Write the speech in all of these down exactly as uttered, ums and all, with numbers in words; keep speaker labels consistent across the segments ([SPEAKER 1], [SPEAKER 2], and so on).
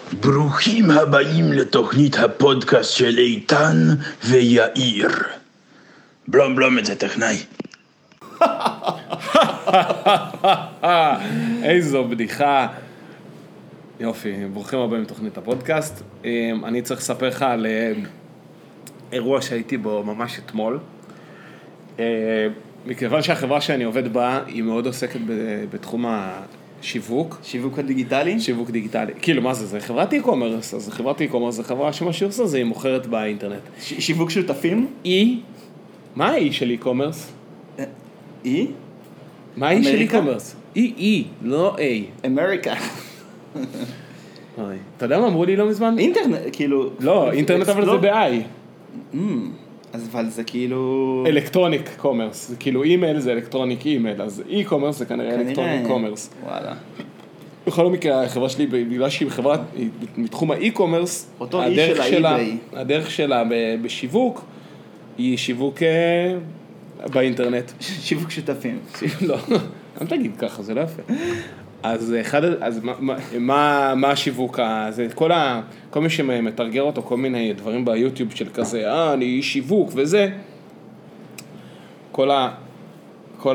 [SPEAKER 1] ברוכים הבאים לתוכנית הפודקאסט של איתן ויאיר. בלום בלום את זה טכנאי.
[SPEAKER 2] איזו בדיחה. יופי, ברוכים הבאים לתוכנית הפודקאסט. אני צריך לספר לך על אירוע שהייתי בו ממש אתמול. מכיוון שהחברה שאני עובד בה היא מאוד עוסקת בתחום השיווק.
[SPEAKER 3] שיווק הדיגיטלי?
[SPEAKER 2] שיווק דיגיטלי. כאילו, מה זה? זה חברת אי-קומרס. אז חברת אי-קומרס זה חברה שמה שהיא עושה זה היא מוכרת באינטרנט.
[SPEAKER 3] שיווק שותפים?
[SPEAKER 2] אי? מה האי של אי-קומרס?
[SPEAKER 3] אי?
[SPEAKER 2] מה האי של אי-קומרס? אי, אי, לא איי.
[SPEAKER 3] אמריקה.
[SPEAKER 2] אתה יודע מה אמרו לי לא מזמן?
[SPEAKER 3] אינטרנט, כאילו...
[SPEAKER 2] לא, אינטרנט אבל זה ב-I.
[SPEAKER 3] אז אבל זה כאילו...
[SPEAKER 2] אלקטרוניק קומרס, זה כאילו אימייל זה אלקטרוניק אימייל, אז אי-קומרס זה כנראה אלקטרוניק קומרס.
[SPEAKER 3] וואלה.
[SPEAKER 2] בכל מקרה, החברה שלי, בגלל שהיא חברה מתחום האי-קומרס,
[SPEAKER 3] אותו אי של האי-ביי.
[SPEAKER 2] הדרך שלה בשיווק היא שיווק באינטרנט.
[SPEAKER 3] שיווק שותפים.
[SPEAKER 2] לא, אל תגיד ככה, זה לא יפה. אז אחד, אז מה, מה, מה השיווק הזה? כל ה, כל מי שמתרגר אותו, כל מיני דברים ביוטיוב של כזה, אה, אני איש שיווק וזה, כל ה, כל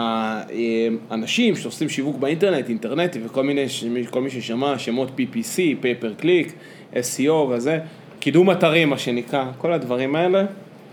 [SPEAKER 2] האנשים שעושים שיווק באינטרנט, אינטרנטי וכל מיני, כל מי ששמע, שמות פי פי סי, פייפר קליק, אס אי או וזה, קידום אתרים, מה שנקרא, כל הדברים האלה,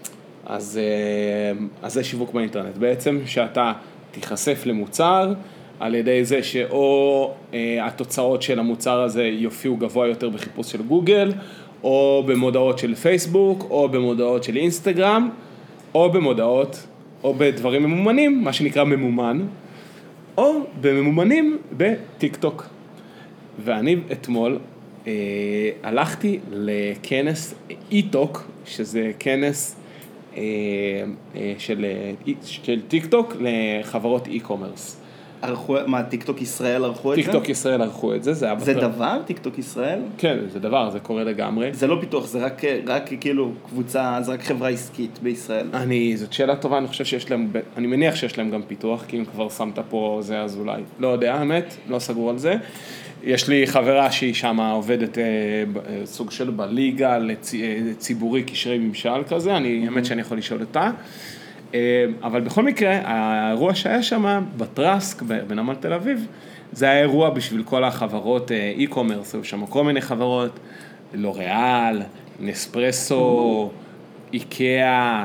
[SPEAKER 2] אז, אז זה שיווק באינטרנט. בעצם שאתה תיחשף למוצר, על ידי זה שאו אה, התוצאות של המוצר הזה יופיעו גבוה יותר בחיפוש של גוגל, או במודעות של פייסבוק, או במודעות של אינסטגרם, או במודעות, או בדברים ממומנים, מה שנקרא ממומן, או בממומנים בטיק טוק. ואני אתמול אה, הלכתי לכנס אי-טוק, שזה כנס אה, אה, של, אה, של טיק טוק לחברות אי-קומרס.
[SPEAKER 3] ערכו, מה, טיקטוק ישראל ערכו את זה?
[SPEAKER 2] טיקטוק ישראל ערכו את זה, זה היה...
[SPEAKER 3] זה דבר, טיקטוק ישראל?
[SPEAKER 2] כן, זה דבר, זה קורה לגמרי.
[SPEAKER 3] זה לא פיתוח, זה רק, רק כאילו קבוצה, זה רק חברה עסקית בישראל.
[SPEAKER 2] אני, זאת שאלה טובה, אני חושב שיש להם, אני מניח שיש להם גם פיתוח, כי אם כבר שמת פה זה אז אולי. לא יודע, האמת, לא סגור על זה. יש לי חברה שהיא שמה עובדת סוג של בליגה לציבורי קשרי ממשל כזה, אני, האמת שאני יכול לשאול אותה. אבל בכל מקרה, האירוע שהיה שם בטרסק, בנמל תל אביב, זה היה אירוע בשביל כל החברות אי-קומרס, היו שם כל מיני חברות, לוריאל, נספרסו, איקאה,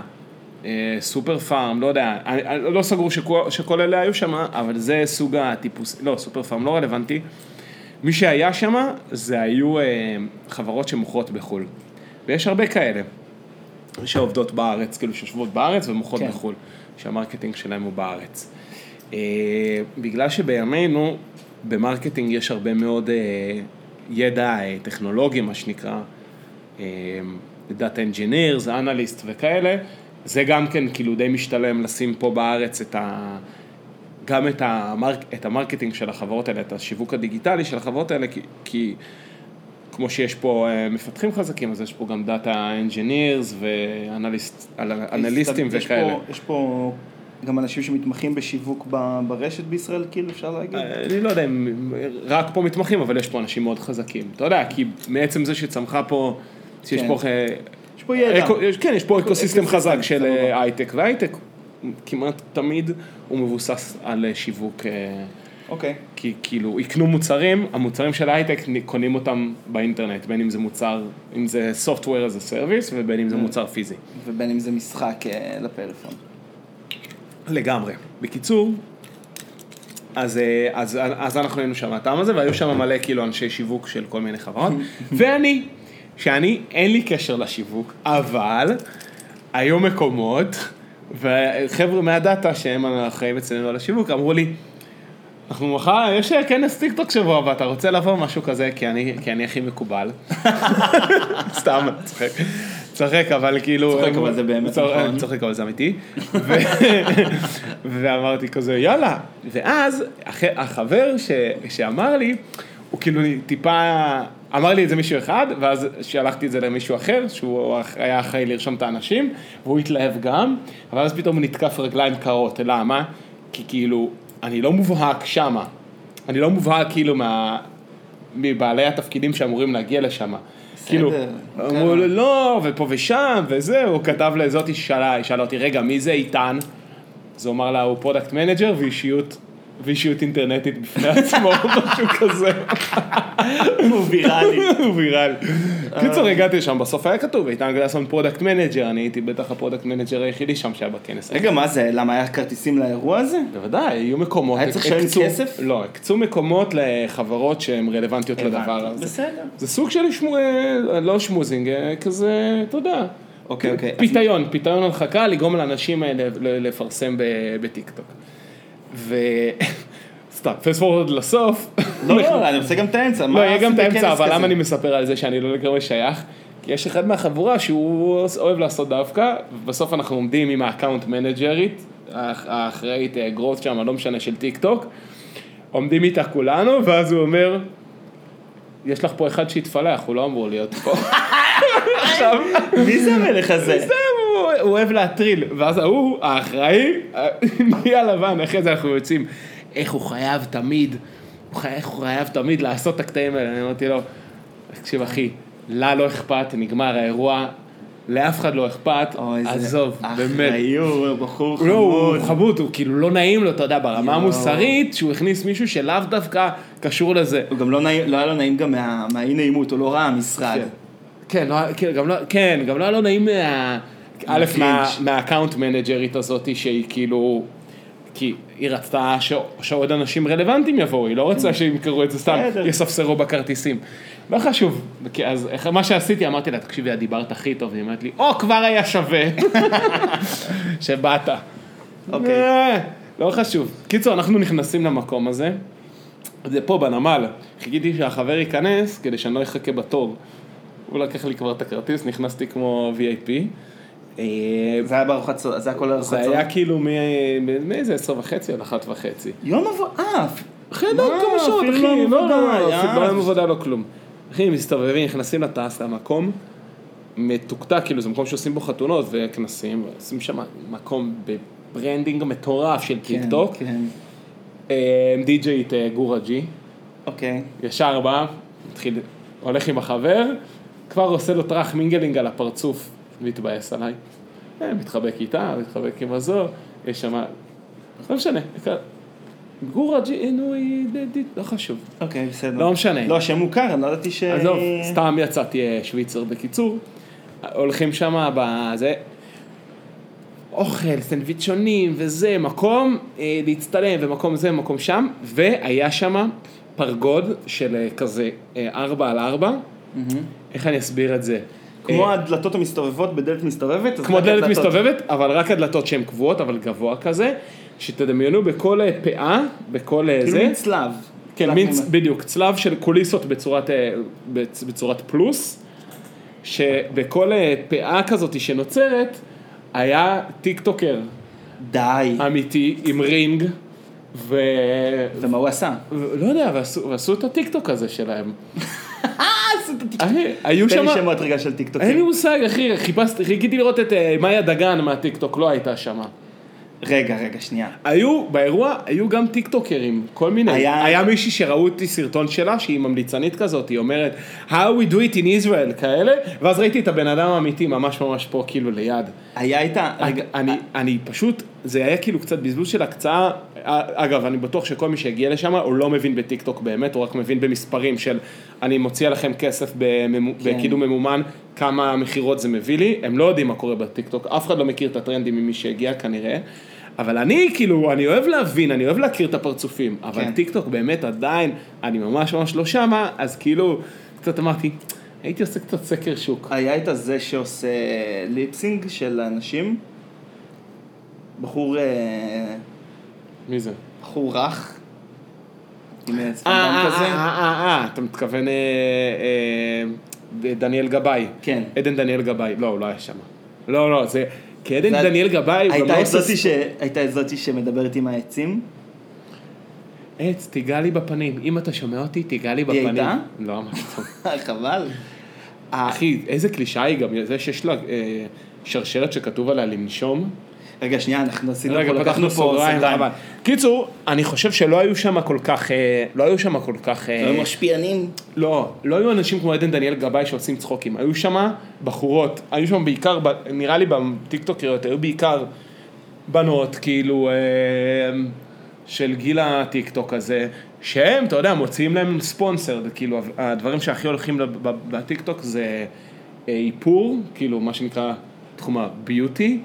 [SPEAKER 2] סופר פארם, לא יודע, אני לא סגור שכל אלה היו שם, אבל זה סוג הטיפוס, לא, סופר פארם לא רלוונטי, מי שהיה שם זה היו חברות שמוכרות בחול, ויש הרבה כאלה. שעובדות בארץ, כאילו שיושבות בארץ ומוכרות כן. בחול, שהמרקטינג שלהם הוא בארץ. אה, בגלל שבימינו, במרקטינג יש הרבה מאוד אה, ידע אה, טכנולוגי, מה שנקרא, אה, דאטה אנג'ינירס, אנליסט וכאלה, זה גם כן כאילו די משתלם לשים פה בארץ את ה... גם את, המרק, את המרקטינג של החברות האלה, את השיווק הדיגיטלי של החברות האלה, כי... כי כמו שיש פה מפתחים חזקים, אז יש פה גם דאטה אנג'ינירס ואנליסטים וכאלה.
[SPEAKER 3] יש פה גם אנשים שמתמחים בשיווק ברשת בישראל, כאילו אפשר להגיד?
[SPEAKER 2] אני לא יודע, רק פה מתמחים, אבל יש פה אנשים מאוד חזקים. אתה יודע, כי מעצם זה שצמחה פה, יש פה...
[SPEAKER 3] יש פה ידע.
[SPEAKER 2] כן, יש פה אקוסיסטם חזק של הייטק, והייטק כמעט תמיד הוא מבוסס על שיווק...
[SPEAKER 3] אוקיי.
[SPEAKER 2] כי כאילו, יקנו מוצרים, המוצרים של הייטק קונים אותם באינטרנט, בין אם זה מוצר, אם זה software as a service, ובין אם זה מוצר פיזי.
[SPEAKER 3] ובין אם זה משחק לפלאפון.
[SPEAKER 2] לגמרי. בקיצור, אז, אז, אז אנחנו היינו שם הטעם הזה, והיו שם מלא כאילו אנשי שיווק של כל מיני חברות, ואני, שאני, אין לי קשר לשיווק, אבל היו מקומות, וחבר'ה מהדאטה שהם אחראים אצלנו על השיווק, אמרו לי, אנחנו מחר, יש כנס טיק טוק שבוע הבא, אתה רוצה לבוא משהו כזה, כי אני, כי אני הכי מקובל. סתם, צוחק. צוחק, אבל כאילו...
[SPEAKER 3] צוחק, אבל זה באמת נכון.
[SPEAKER 2] צוחק, אבל זה אמיתי. ואמרתי כזה, יאללה. ואז, החבר שאמר לי, הוא כאילו טיפה... אמר לי את זה מישהו אחד, ואז שלחתי את זה למישהו אחר, שהוא היה אחראי לרשום את האנשים, והוא התלהב גם, אבל אז פתאום הוא נתקף רגליים קרות. למה? כי כאילו... אני לא מובהק שמה, אני לא מובהק כאילו מה, מבעלי התפקידים שאמורים להגיע לשם. כאילו, אמרו לו, לא, ופה ושם, וזה, הוא כתב לזאתי ששאלה, שאלה אותי, רגע, מי זה איתן? אז הוא אמר לה, הוא פרודקט מנג'ר ואישיות, ואישיות אינטרנטית בפני עצמו, משהו כזה.
[SPEAKER 3] הוא ויראלי.
[SPEAKER 2] הוא ויראלי. קיצור, הגעתי שם, בסוף היה כתוב, איתן גלסון פרודקט מנג'ר, אני הייתי בטח הפרודקט מנג'ר היחידי שם שהיה בכנס.
[SPEAKER 3] רגע, מה זה? למה היה כרטיסים לאירוע הזה?
[SPEAKER 2] בוודאי, יהיו מקומות.
[SPEAKER 3] היה צריך לשלם כסף?
[SPEAKER 2] לא, הקצו מקומות לחברות שהן רלוונטיות לדבר הזה.
[SPEAKER 3] בסדר.
[SPEAKER 2] זה סוג של לא שמוזינג, כזה, אתה יודע.
[SPEAKER 3] אוקיי, אוקיי.
[SPEAKER 2] פיתיון, פיתיון הרחקה, לגרום לאנשים האלה לפרסם בטיקטוק. ו... סתם, פסט פורוורד לסוף.
[SPEAKER 3] לא, לא, אני רוצה גם את האמצע.
[SPEAKER 2] לא, יהיה גם את האמצע, אבל למה אני מספר על זה שאני לא לגמרי שייך? כי יש אחד מהחבורה שהוא אוהב לעשות דווקא, ובסוף אנחנו עומדים עם האקאונט מנג'רית, האחראית גרוס שם, לא משנה, של טיק טוק, עומדים איתה כולנו, ואז הוא אומר, יש לך פה אחד שהתפלח, הוא לא אמור להיות פה. עכשיו...
[SPEAKER 3] מי זה המלך הזה?
[SPEAKER 2] זה הוא אוהב להטריל, ואז הוא, האחראי, נהיה לבן, אחרי זה אנחנו יוצאים, איך הוא חייב תמיד, איך הוא חייב תמיד לעשות את הקטעים האלה, אני אמרתי לו, תקשיב אחי, לה לא אכפת, נגמר האירוע, לאף אחד לא אכפת, עזוב, באמת.
[SPEAKER 3] אחראי, בחור חמוד.
[SPEAKER 2] לא, הוא חמוד, הוא כאילו לא נעים לו, אתה יודע, ברמה המוסרית, שהוא הכניס מישהו שלאו דווקא קשור לזה.
[SPEAKER 3] הוא גם לא היה לו נעים גם מהאי נעימות, הוא לא ראה המשרד.
[SPEAKER 2] כן, גם לא היה לו נעים מה... א', מהאקאונט מנג'רית הזאת, שהיא כאילו... כי היא רצתה שעוד אנשים רלוונטיים יבואו, היא לא רצתה שהם יקראו את זה סתם, יספסרו בכרטיסים. לא חשוב, אז מה שעשיתי, אמרתי לה, תקשיבי, דיברת הכי טוב, היא אמרת לי, או, כבר היה שווה, שבאת.
[SPEAKER 3] אוקיי.
[SPEAKER 2] לא חשוב. קיצור, אנחנו נכנסים למקום הזה, זה פה בנמל, חיכיתי שהחבר ייכנס, כדי שאני לא אחכה בתור. הוא לקח לי כבר את הכרטיס, נכנסתי כמו וי איי פי,
[SPEAKER 3] זה היה בארוחת צהריים, זה היה כל ארוחת צהריים?
[SPEAKER 2] זה היה כאילו מאיזה עשר וחצי עד אחת וחצי.
[SPEAKER 3] יום עבודה, אה,
[SPEAKER 2] אחרי לא כמה שעות, אחי, לא לא יום עבודה, לא כלום. אחי, מסתובבים, נכנסים לטס, למקום מתוקתק, כאילו זה מקום שעושים בו חתונות וכנסים, עושים שם מקום בברנדינג מטורף של טיק טוק. די-ג'יית גורה ג'י.
[SPEAKER 3] אוקיי.
[SPEAKER 2] ישר בא, מתחיל, הולך עם החבר, כבר עושה לו טרח מינגלינג על הפרצוף. מתבאס עליי, מתחבק איתה, מתחבק עם הזו, יש שם, לא משנה, גורה ג'י, נו, לא חשוב.
[SPEAKER 3] אוקיי, בסדר.
[SPEAKER 2] לא משנה.
[SPEAKER 3] לא, שם מוכר, אני לא ידעתי ש...
[SPEAKER 2] עזוב, סתם יצאתי שוויצר בקיצור, הולכים שם בזה, אוכל, סנדוויצ'ונים וזה, מקום להצטלם, ומקום זה, מקום שם, והיה שם פרגוד של כזה ארבע על ארבע, איך אני אסביר את זה?
[SPEAKER 3] כמו הדלתות המסתובבות בדלת מסתובבת?
[SPEAKER 2] כמו דלת מסתובבת, אבל רק הדלתות שהן קבועות, אבל גבוה כזה, שתדמיינו בכל פאה, בכל זה.
[SPEAKER 3] כאילו מין צלב.
[SPEAKER 2] כן, מין, בדיוק, צלב של קוליסות בצורת, בצורת פלוס, שבכל פאה כזאת שנוצרת, היה טיקטוקר.
[SPEAKER 3] די.
[SPEAKER 2] אמיתי, עם רינג, ו...
[SPEAKER 3] ומה הוא עשה?
[SPEAKER 2] לא יודע, ועשו, ועשו את הטיקטוק הזה שלהם. היו שם...
[SPEAKER 3] תן לי שמות רגע של טיקטוקים.
[SPEAKER 2] אין לי מושג, אחי, חיפשתי, חיכיתי לראות את מאיה דגן מהטיקטוק, לא הייתה שם.
[SPEAKER 3] רגע, רגע, שנייה.
[SPEAKER 2] היו, באירוע, היו גם טיקטוקרים, כל מיני. היה, היה מישהי שראו אותי סרטון שלה, שהיא ממליצנית כזאת, היא אומרת, how we do it in Israel, כאלה, ואז ראיתי את הבן אדם האמיתי, ממש ממש פה, כאילו, ליד.
[SPEAKER 3] היה איתה...
[SPEAKER 2] רגע, אני, אני פשוט, זה היה כאילו קצת בזבוז של הקצאה, אגב, אני בטוח שכל מי שהגיע לשם, הוא לא מבין בטיקטוק באמת, הוא רק מבין במספרים של, אני מוציא עליכם כסף בקידום ממומן, כמה מחירות זה מביא לי, הם לא יודעים מה קורה בטיקטוק, אף אחד לא מכיר את הטרנדים ממי שהגיע כנראה, אבל אני כאילו, אני אוהב להבין, אני אוהב להכיר את הפרצופים, אבל טיקטוק באמת עדיין, אני ממש ממש לא שמה, אז כאילו, קצת אמרתי, הייתי עושה קצת סקר שוק.
[SPEAKER 3] היה את הזה שעושה ליפסינג של אנשים, בחור...
[SPEAKER 2] מי זה?
[SPEAKER 3] בחור רך, עם צפנדם כזה.
[SPEAKER 2] אה, אה, אה, אתה מתכוון דניאל גבאי.
[SPEAKER 3] כן.
[SPEAKER 2] עדן דניאל גבאי, לא, הוא לא היה שם. לא, לא, זה... כי עדן דניאל גבאי...
[SPEAKER 3] הייתה את זאתי שמדברת עם העצים?
[SPEAKER 2] עץ, תיגע לי בפנים. אם אתה שומע אותי, תיגע לי בפנים.
[SPEAKER 3] היא הייתה?
[SPEAKER 2] לא, מה טוב.
[SPEAKER 3] חבל.
[SPEAKER 2] אחי, איזה קלישה היא גם, זה שיש לה שרשרת שכתוב עליה לנשום.
[SPEAKER 3] רגע, שנייה, אנחנו עשינו
[SPEAKER 2] רגע,
[SPEAKER 3] פה,
[SPEAKER 2] פתחנו סוגריים. קיצור, אני חושב שלא היו שם כל כך, לא היו שם כל כך...
[SPEAKER 3] לא היו משפיענים.
[SPEAKER 2] לא, לא היו אנשים כמו עדן דניאל גבאי שעושים צחוקים, היו שם בחורות, היו שם בעיקר, נראה לי בטיקטוקריות, היו בעיקר בנות, כאילו, של גיל הטיקטוק הזה, שהם, אתה יודע, מוציאים להם ספונסר, כאילו, הדברים שהכי הולכים בטיקטוק זה איפור, כאילו, מה שנקרא תחום הביוטי,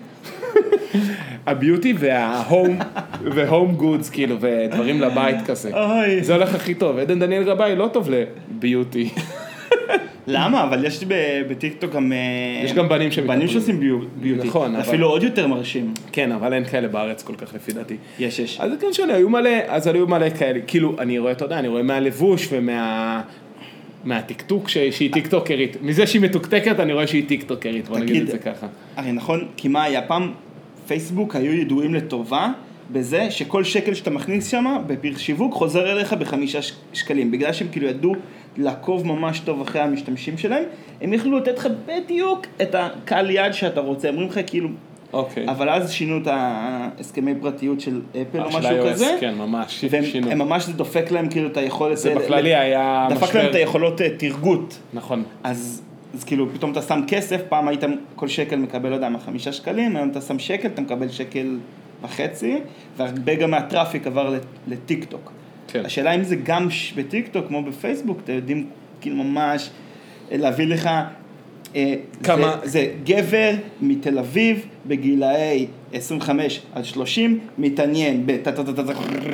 [SPEAKER 2] הביוטי וההום, וההום גודס, כאילו, ודברים לבית כזה. זה הולך הכי טוב. עדן דניאל גבאי לא טוב לביוטי.
[SPEAKER 3] למה? אבל יש בטיקטוק גם...
[SPEAKER 2] יש גם בנים שמקבלים.
[SPEAKER 3] בנים שעושים ביוטי.
[SPEAKER 2] נכון.
[SPEAKER 3] אפילו עוד יותר מרשים.
[SPEAKER 2] כן, אבל אין כאלה בארץ כל כך לפי דעתי.
[SPEAKER 3] יש, יש.
[SPEAKER 2] אז כן שונה, היו מלא, אז היו מלא כאלה. כאילו, אני רואה, אתה יודע, אני רואה מהלבוש ומה... מהטיקטוק שהיא טיקטוקרית. מזה שהיא מתוקתקת, אני רואה שהיא טיקטוקרית. בוא נגיד את זה ככה.
[SPEAKER 3] הרי נכון, כי מה היה פעם? פייסבוק היו ידועים לטובה בזה שכל שקל שאתה מכניס שם בפרק שיווק חוזר אליך בחמישה שקלים. בגלל שהם כאילו ידעו לעקוב ממש טוב אחרי המשתמשים שלהם, הם יכלו לתת לך בדיוק את הקהל יד שאתה רוצה. אומרים לך כאילו,
[SPEAKER 2] אוקיי.
[SPEAKER 3] אבל אז שינו את ההסכמי פרטיות של אפל או משהו כזה.
[SPEAKER 2] כן, ממש
[SPEAKER 3] שינו. והם ממש זה דופק להם כאילו את היכולת...
[SPEAKER 2] זה בכללי היה משבר.
[SPEAKER 3] דפק להם את היכולות תרגות.
[SPEAKER 2] נכון.
[SPEAKER 3] אז... אז כאילו פתאום אתה שם כסף, פעם היית כל שקל מקבל, לא יודע מה, חמישה שקלים, היום אתה שם שקל, אתה מקבל שקל וחצי, והרבה גם מהטראפיק עבר לטיקטוק.
[SPEAKER 2] כן.
[SPEAKER 3] השאלה אם זה גם בטיקטוק, כמו בפייסבוק, אתם יודעים כאילו ממש להביא לך, כמה... זה, זה גבר מתל אביב, בגילאי עשרים וחמש עד שלושים, מתעניין בטטטטטט.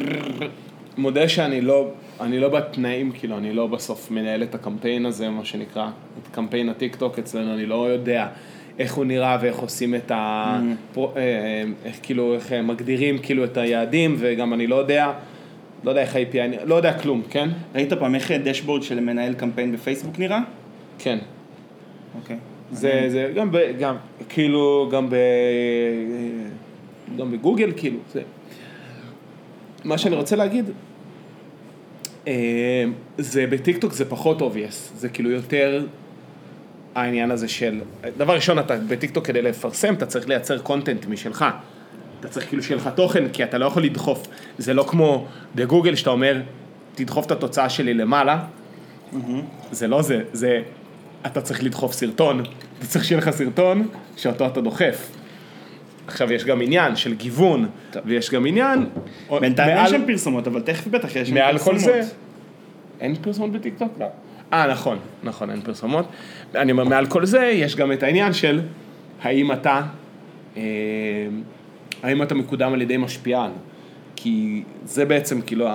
[SPEAKER 2] מודה שאני לא... אני לא בתנאים, כאילו, אני לא בסוף מנהל את הקמפיין הזה, מה שנקרא, את קמפיין הטיקטוק אצלנו, אני לא יודע איך הוא נראה ואיך עושים את ה... איך כאילו, איך מגדירים כאילו את היעדים, וגם אני לא יודע, לא יודע איך ה-איי פי איי, לא יודע כלום, כן?
[SPEAKER 3] ראית פעם איך דשבורד של מנהל קמפיין בפייסבוק נראה?
[SPEAKER 2] כן.
[SPEAKER 3] אוקיי.
[SPEAKER 2] זה, זה, גם ב... גם, כאילו, גם ב... גם בגוגל, כאילו, זה... מה שאני רוצה להגיד... זה בטיקטוק זה פחות obvious, זה כאילו יותר העניין הזה של, דבר ראשון אתה בטיקטוק כדי לפרסם, אתה צריך לייצר קונטנט משלך, אתה צריך כאילו שיהיה לך תוכן, כי אתה לא יכול לדחוף, זה לא כמו בגוגל שאתה אומר, תדחוף את התוצאה שלי למעלה, זה לא זה, זה, אתה צריך לדחוף סרטון, אתה צריך שיהיה לך סרטון שאותו אתה דוחף. עכשיו יש גם עניין של גיוון, ויש גם עניין...
[SPEAKER 3] בינתיים אין שם פרסומות, אבל תכף בטח יש שם
[SPEAKER 2] מעל
[SPEAKER 3] פרסומות.
[SPEAKER 2] כל זה, אין פרסומות בטיקטוק? לא. אה, נכון, נכון, אין פרסומות. אני אומר, מעל כל זה יש גם את העניין של האם אתה, האם אתה מקודם על ידי משפיען. כי זה בעצם, כאילו,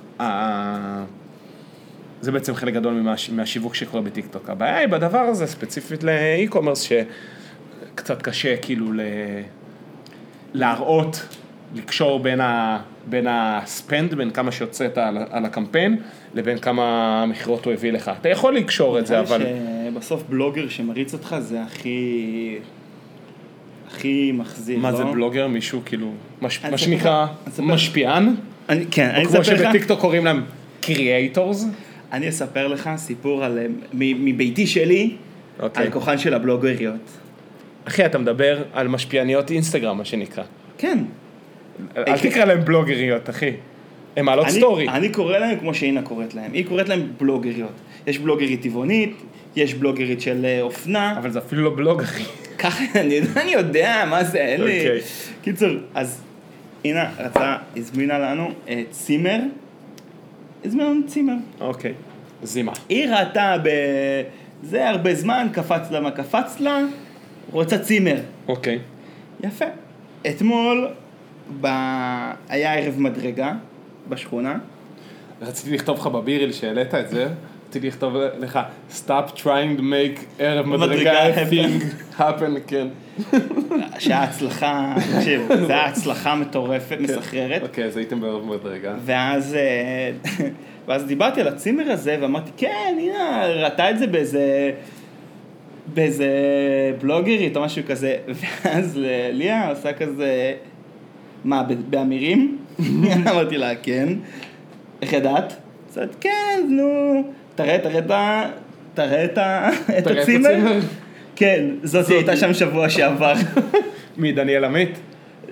[SPEAKER 2] זה בעצם חלק גדול מהשיווק שקורה בטיקטוק. הבעיה היא בדבר הזה, ספציפית לאי-קומרס, שקצת קשה, כאילו, ל... להראות, לקשור בין ה, בין הספנד, בין כמה שיוצאת על, על הקמפיין, לבין כמה מחירות הוא הביא לך. אתה יכול לקשור את זה, אבל...
[SPEAKER 3] שבסוף בלוגר שמריץ אותך זה הכי... הכי מחזיר, לא?
[SPEAKER 2] מה זה בלוגר? מישהו כאילו... מש... מה שנקרא משפיען?
[SPEAKER 3] אני, כן, אני
[SPEAKER 2] אספר
[SPEAKER 3] לך...
[SPEAKER 2] או כמו שבטיקטוק קוראים להם קריאייטורס?
[SPEAKER 3] אני אספר לך סיפור על... מביתי שלי, okay. על כוחן של הבלוגריות.
[SPEAKER 2] אחי, אתה מדבר על משפיעניות אינסטגרם, מה שנקרא.
[SPEAKER 3] כן.
[SPEAKER 2] אל תקרא להם בלוגריות, אחי. הם מעלות סטורי.
[SPEAKER 3] אני קורא להם כמו שאינה קוראת להם. היא קוראת להם בלוגריות. יש בלוגרית טבעונית, יש בלוגרית של אופנה.
[SPEAKER 2] אבל זה אפילו לא בלוג, אחי.
[SPEAKER 3] ככה, אני יודע מה זה, אין לי... קיצור, אז אינה רצה, הזמינה לנו צימר. הזמינה לנו צימר.
[SPEAKER 2] אוקיי. זימה.
[SPEAKER 3] היא ראתה בזה הרבה זמן, קפץ לה מה קפץ לה. רוצה צימר.
[SPEAKER 2] אוקיי.
[SPEAKER 3] יפה. אתמול ב... היה ערב מדרגה בשכונה.
[SPEAKER 2] רציתי לכתוב לך בביריל שהעלית את זה, רציתי לכתוב לך Stop trying to make ערב מדרגה thing happen, כן.
[SPEAKER 3] שהיה הצלחה, תקשיב, זה היה הצלחה מטורפת, מסחררת.
[SPEAKER 2] אוקיי, אז הייתם בערב מדרגה.
[SPEAKER 3] ואז, ואז דיברתי על הצימר הזה ואמרתי, כן, הנה, ראתה את זה באיזה... באיזה בלוגרית או משהו כזה, ואז ליה עושה כזה, מה, באמירים? אמרתי לה, כן. איך ידעת? עושה, כן, נו, תראה, תראה את ה... תראה את הצימר? כן, זאת הייתה שם שבוע שעבר.
[SPEAKER 2] מי, דניאל עמית?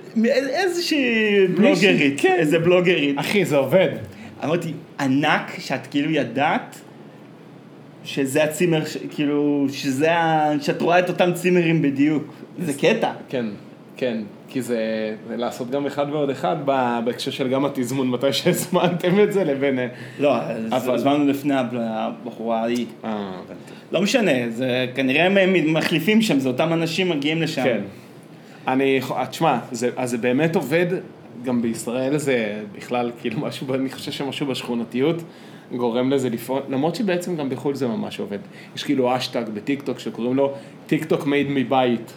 [SPEAKER 3] איזושהי בלוגרית, איזה בלוגרית.
[SPEAKER 2] אחי, זה עובד.
[SPEAKER 3] אמרתי, ענק שאת כאילו ידעת שזה הצימר, כאילו, שזה, שאת רואה את אותם צימרים בדיוק. זה קטע.
[SPEAKER 2] כן, כן. כי זה לעשות גם אחד ועוד אחד בהקשר של גם התזמון, מתי שהזמנתם את זה לבין...
[SPEAKER 3] לא, הזמנו לפני הבחורה ההיא.
[SPEAKER 2] אה, הבנתי.
[SPEAKER 3] לא משנה, זה כנראה הם מחליפים שם, זה אותם אנשים מגיעים לשם.
[SPEAKER 2] כן. אני, תשמע, אז זה באמת עובד, גם בישראל זה בכלל, כאילו משהו, אני חושב שמשהו בשכונתיות גורם לזה לפעול, למרות שבעצם גם בחו"ל זה ממש עובד. יש כאילו אשטג בטיקטוק שקוראים לו טיקטוק made me bite.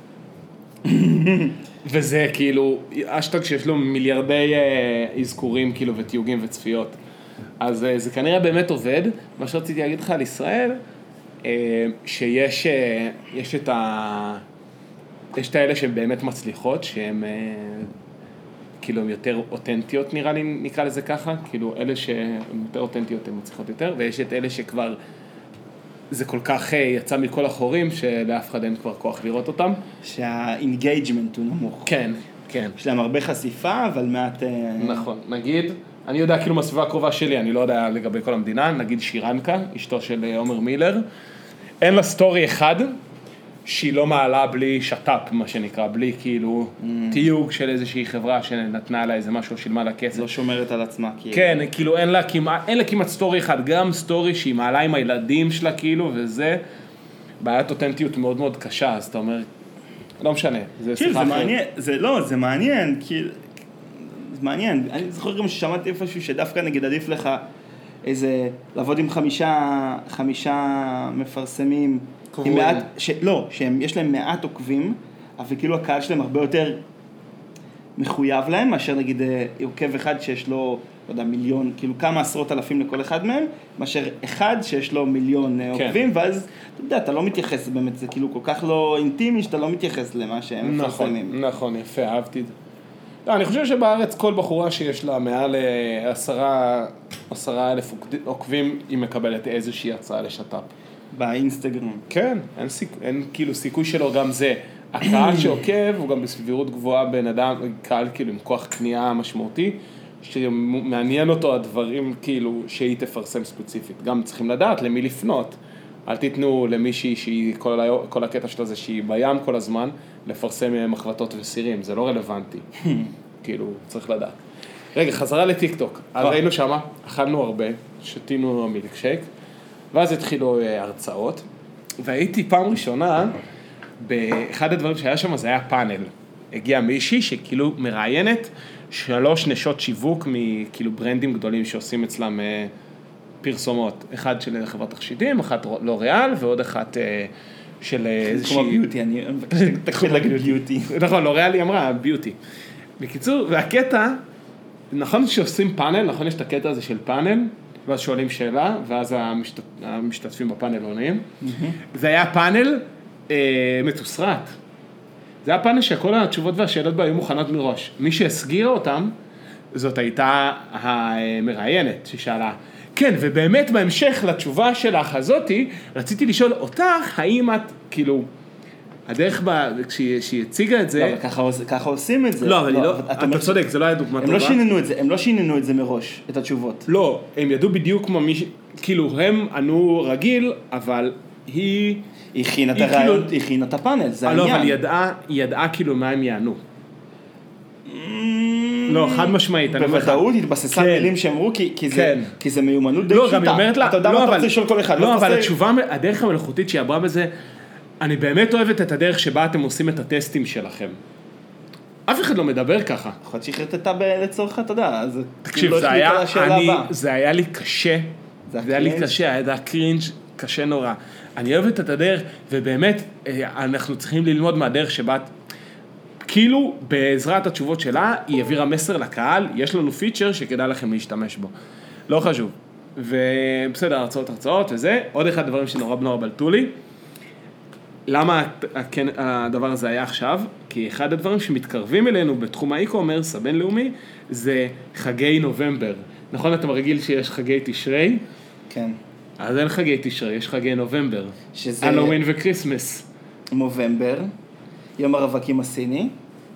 [SPEAKER 2] וזה כאילו, אשטג שיש לו מיליארדי אזכורים כאילו ותיוגים וצפיות. אז זה כנראה באמת עובד. מה שרציתי להגיד לך על ישראל, שיש יש את ה... יש את האלה שהן באמת מצליחות, שהן כאילו יותר אותנטיות נראה לי, נקרא לזה ככה, כאילו אלה שהן יותר אותנטיות הן מצליחות יותר, ויש את אלה שכבר זה כל כך יצא מכל החורים, שלאף אחד אין כבר כוח לראות אותם.
[SPEAKER 3] שהאינגייג'מנט הוא נמוך.
[SPEAKER 2] כן, כן.
[SPEAKER 3] יש להם הרבה חשיפה, אבל מעט...
[SPEAKER 2] נכון, נגיד, אני יודע כאילו מהסביבה הקרובה שלי, אני לא יודע לגבי כל המדינה, נגיד שירנקה, אשתו של עומר מילר, אין לה סטורי אחד, שהיא לא מעלה בלי שטאפ, מה שנקרא, בלי כאילו mm. תיוג של איזושהי חברה שנתנה לה איזה משהו, שילמה לה כסף.
[SPEAKER 3] לא שומרת על עצמה, כאילו.
[SPEAKER 2] כן, כאילו אין לה כמעט, אין לה כמעט סטורי אחד, גם סטורי שהיא מעלה עם הילדים שלה, כאילו, וזה בעיית אותנטיות מאוד מאוד קשה, אז אתה אומר, לא משנה, זה
[SPEAKER 3] שיחה אחרת. זה מעניין, זה לא, זה מעניין, כאילו, זה מעניין. אני זוכר גם ששמעתי איפשהו שדווקא נגיד עדיף לך איזה, לעבוד עם חמישה, חמישה מפרסמים, עם מעט, ש, לא, שיש להם מעט עוקבים, אבל כאילו הקהל שלהם הרבה יותר מחויב להם, מאשר נגיד עוקב אחד שיש לו, לא יודע, מיליון, כאילו כמה עשרות אלפים לכל אחד מהם, מאשר אחד שיש לו מיליון כן. עוקבים, ואז, אתה יודע, אתה לא מתייחס באמת, זה כאילו כל כך לא אינטימי, שאתה לא מתייחס למה שהם מפרסמים.
[SPEAKER 2] נכון, נכון, יפה, אהבתי את זה. לא, אני חושב שבארץ כל בחורה שיש לה מעל עשרה, עשרה אלף עוקבים, היא מקבלת איזושהי הצעה לשת"פ.
[SPEAKER 3] באינסטגרם.
[SPEAKER 2] כן, אין, סיכ... אין כאילו סיכוי שלו גם זה. הקהל שעוקב הוא גם בסבירות גבוהה בין אדם, קהל כאילו עם כוח קנייה משמעותי, שמעניין אותו הדברים כאילו שהיא תפרסם ספציפית. גם צריכים לדעת למי לפנות. אל תיתנו למישהי שהיא, כל, ה... כל הקטע שלה זה שהיא בים כל הזמן, לפרסם מחבטות וסירים, זה לא רלוונטי. כאילו, צריך לדעת. רגע, חזרה לטיקטוק. אז היינו שמה, אכלנו הרבה, שתינו מילקשייק, ואז התחילו הרצאות, והייתי פעם ראשונה, באחד הדברים שהיה שם, זה היה פאנל. הגיע מישהי שכאילו מראיינת שלוש נשות שיווק מכאילו ברנדים גדולים שעושים אצלם פרסומות. אחד של חברת תכשיטים, אחת לוריאל, ועוד אחת של איזושהי...
[SPEAKER 3] כמו ביוטי, אני מבקש תקשיב להגיד ביוטי.
[SPEAKER 2] נכון, לוריאל היא אמרה ביוטי. בקיצור, והקטע, נכון שעושים פאנל, נכון יש את הקטע הזה של פאנל, ואז שואלים שאלה, ואז המשת... המשתתפים בפאנל עונים. זה היה פאנל אה, מתוסרט. זה היה פאנל שכל התשובות והשאלות בה היו מוכנות מראש. מי שהסגירה אותם, זאת הייתה המראיינת ששאלה, כן, ובאמת בהמשך לתשובה שלך הזאתי, רציתי לשאול אותך, האם את, כאילו, הדרך בה, כשהיא הציגה את זה...
[SPEAKER 3] לא, ככה, ככה עושים את זה.
[SPEAKER 2] לא, אבל לא, לא, אתה, אתה צודק, זה לא היה דוגמה טובה.
[SPEAKER 3] הם לא שיננו את זה, הם לא שיננו את זה מראש, את התשובות.
[SPEAKER 2] לא, הם ידעו בדיוק כמו מי, כאילו, הם ענו רגיל, אבל היא...
[SPEAKER 3] היא הכינה את הרעיון, היא הכינה את הפאנל, זה העניין.
[SPEAKER 2] לא, אבל היא ידעה, היא ידעה כאילו מה הם יענו. לא, חד משמעית.
[SPEAKER 3] בוודאות התבססה מילים שאמרו, כי זה מיומנות די פשוטה.
[SPEAKER 2] לא, גם היא אומרת לה,
[SPEAKER 3] אתה יודע מה אתה רוצה לשאול כל אחד.
[SPEAKER 2] לא, אבל התשובה, הדרך המלאכותית שהיא אמרה בזה, אני באמת אוהבת את הדרך שבה אתם עושים את הטסטים שלכם. אף אחד לא מדבר ככה.
[SPEAKER 3] יכול שחרטטה לצורך, אתה יודע, אז...
[SPEAKER 2] תקשיב, זה היה לי קשה, זה היה לי קשה, היה קרינג' קשה נורא. אני אוהבת את הדרך, ובאמת, אנחנו צריכים ללמוד מהדרך שבה... כאילו, בעזרת התשובות שלה, היא העבירה מסר לקהל, יש לנו פיצ'ר שכדאי לכם להשתמש בו. לא חשוב. ובסדר, הרצאות, הרצאות וזה. עוד אחד הדברים שנורא בנורא בלטו לי. למה הדבר הזה היה עכשיו? כי אחד הדברים שמתקרבים אלינו בתחום האי-קומרס הבינלאומי, זה חגי נובמבר. נכון, אתה מרגיל שיש חגי תשרי?
[SPEAKER 3] כן.
[SPEAKER 2] אז אין חגי תשרי, יש חגי נובמבר.
[SPEAKER 3] שזה...
[SPEAKER 2] הלואוין וקריסמס.
[SPEAKER 3] נובמבר. יום הרווקים הסיני,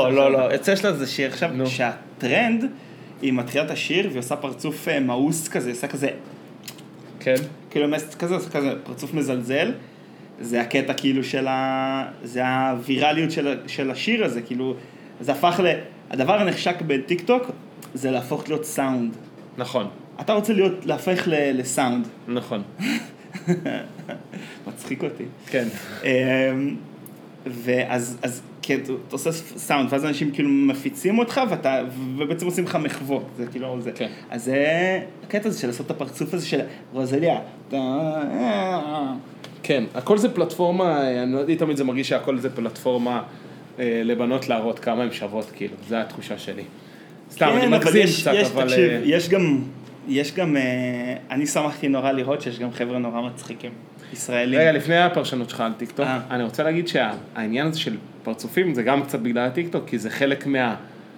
[SPEAKER 3] לא, לא, לא, אצל שלה זה שיר עכשיו, שהטרנד, היא מתחילה את השיר והיא עושה פרצוף מאוס כזה, היא עושה כזה,
[SPEAKER 2] כן.
[SPEAKER 3] כאילו כזה, עושה כזה פרצוף מזלזל, זה הקטע כאילו של ה... זה הווירליות של, של השיר הזה, כאילו, זה הפך ל... הדבר הנחשק בטיק טוק, זה להפוך להיות סאונד.
[SPEAKER 2] נכון.
[SPEAKER 3] אתה רוצה להיות, להפך ל, לסאונד.
[SPEAKER 2] נכון.
[SPEAKER 3] מצחיק אותי.
[SPEAKER 2] כן.
[SPEAKER 3] ואז, אז, כי אתה עושה סאונד, ואז אנשים כאילו מפיצים אותך, ואתה, ובעצם עושים לך מחוות, זה כאילו זה.
[SPEAKER 2] כן.
[SPEAKER 3] אז זה הקטע הזה של לעשות את הפרצוף הזה של רוזליה.
[SPEAKER 2] כן, הכל זה פלטפורמה, אני תמיד זה מרגיש שהכל זה פלטפורמה לבנות להראות כמה הן שוות, כאילו, זו התחושה שלי. סתם, אני מגזים קצת, אבל...
[SPEAKER 3] תקשיב, יש גם, יש גם, אני שמחתי נורא לראות שיש גם חבר'ה נורא מצחיקים, ישראלים.
[SPEAKER 2] רגע, לפני הפרשנות שלך על טיקטוק, אני רוצה להגיד שהעניין הזה של פרצופים זה גם קצת בגלל הטיקטוק, כי זה חלק מה...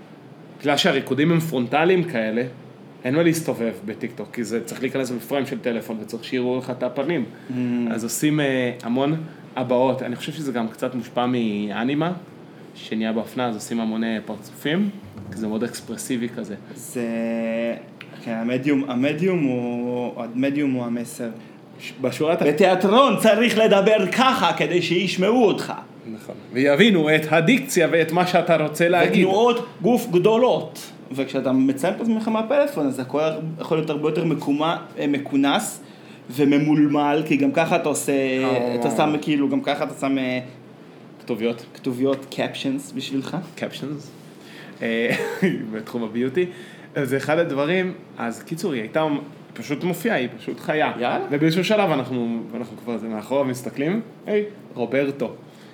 [SPEAKER 2] בגלל שהריקודים הם פרונטליים כאלה, אין מה להסתובב בטיקטוק, כי זה צריך להיכנס בפריים של טלפון, וצריך שיראו לך את הפנים. אז עושים המון הבאות, אני חושב שזה גם קצת מושפע מאנימה, שנהיה באופנה, אז עושים המון פרצופים, כי זה מאוד אקספרסיבי כזה.
[SPEAKER 3] זה... כן, המדיום, המדיום הוא, המדיום הוא המסר.
[SPEAKER 2] בשורת...
[SPEAKER 3] בתיאטרון צריך לדבר ככה, כדי שישמעו אותך.
[SPEAKER 2] נכון. ויבינו את הדיקציה ואת מה שאתה רוצה להגיד.
[SPEAKER 3] ותנועות גוף גדולות. וכשאתה מציין את עצמך מהפלאפון, אז הכל יכול להיות הרבה יותר מקומה, מקונס וממולמל, כי גם ככה אתה עושה, אתה שם כאילו, גם ככה אתה שם...
[SPEAKER 2] כתוביות.
[SPEAKER 3] כתוביות, captions בשבילך.
[SPEAKER 2] captions. בתחום הביוטי. זה אחד הדברים, אז קיצור, היא הייתה פשוט מופיעה, היא פשוט חיה.
[SPEAKER 3] יאללה.
[SPEAKER 2] ובאיזשהו שלב אנחנו, ואנחנו כבר זה מאחורה מסתכלים, היי, רוברטו.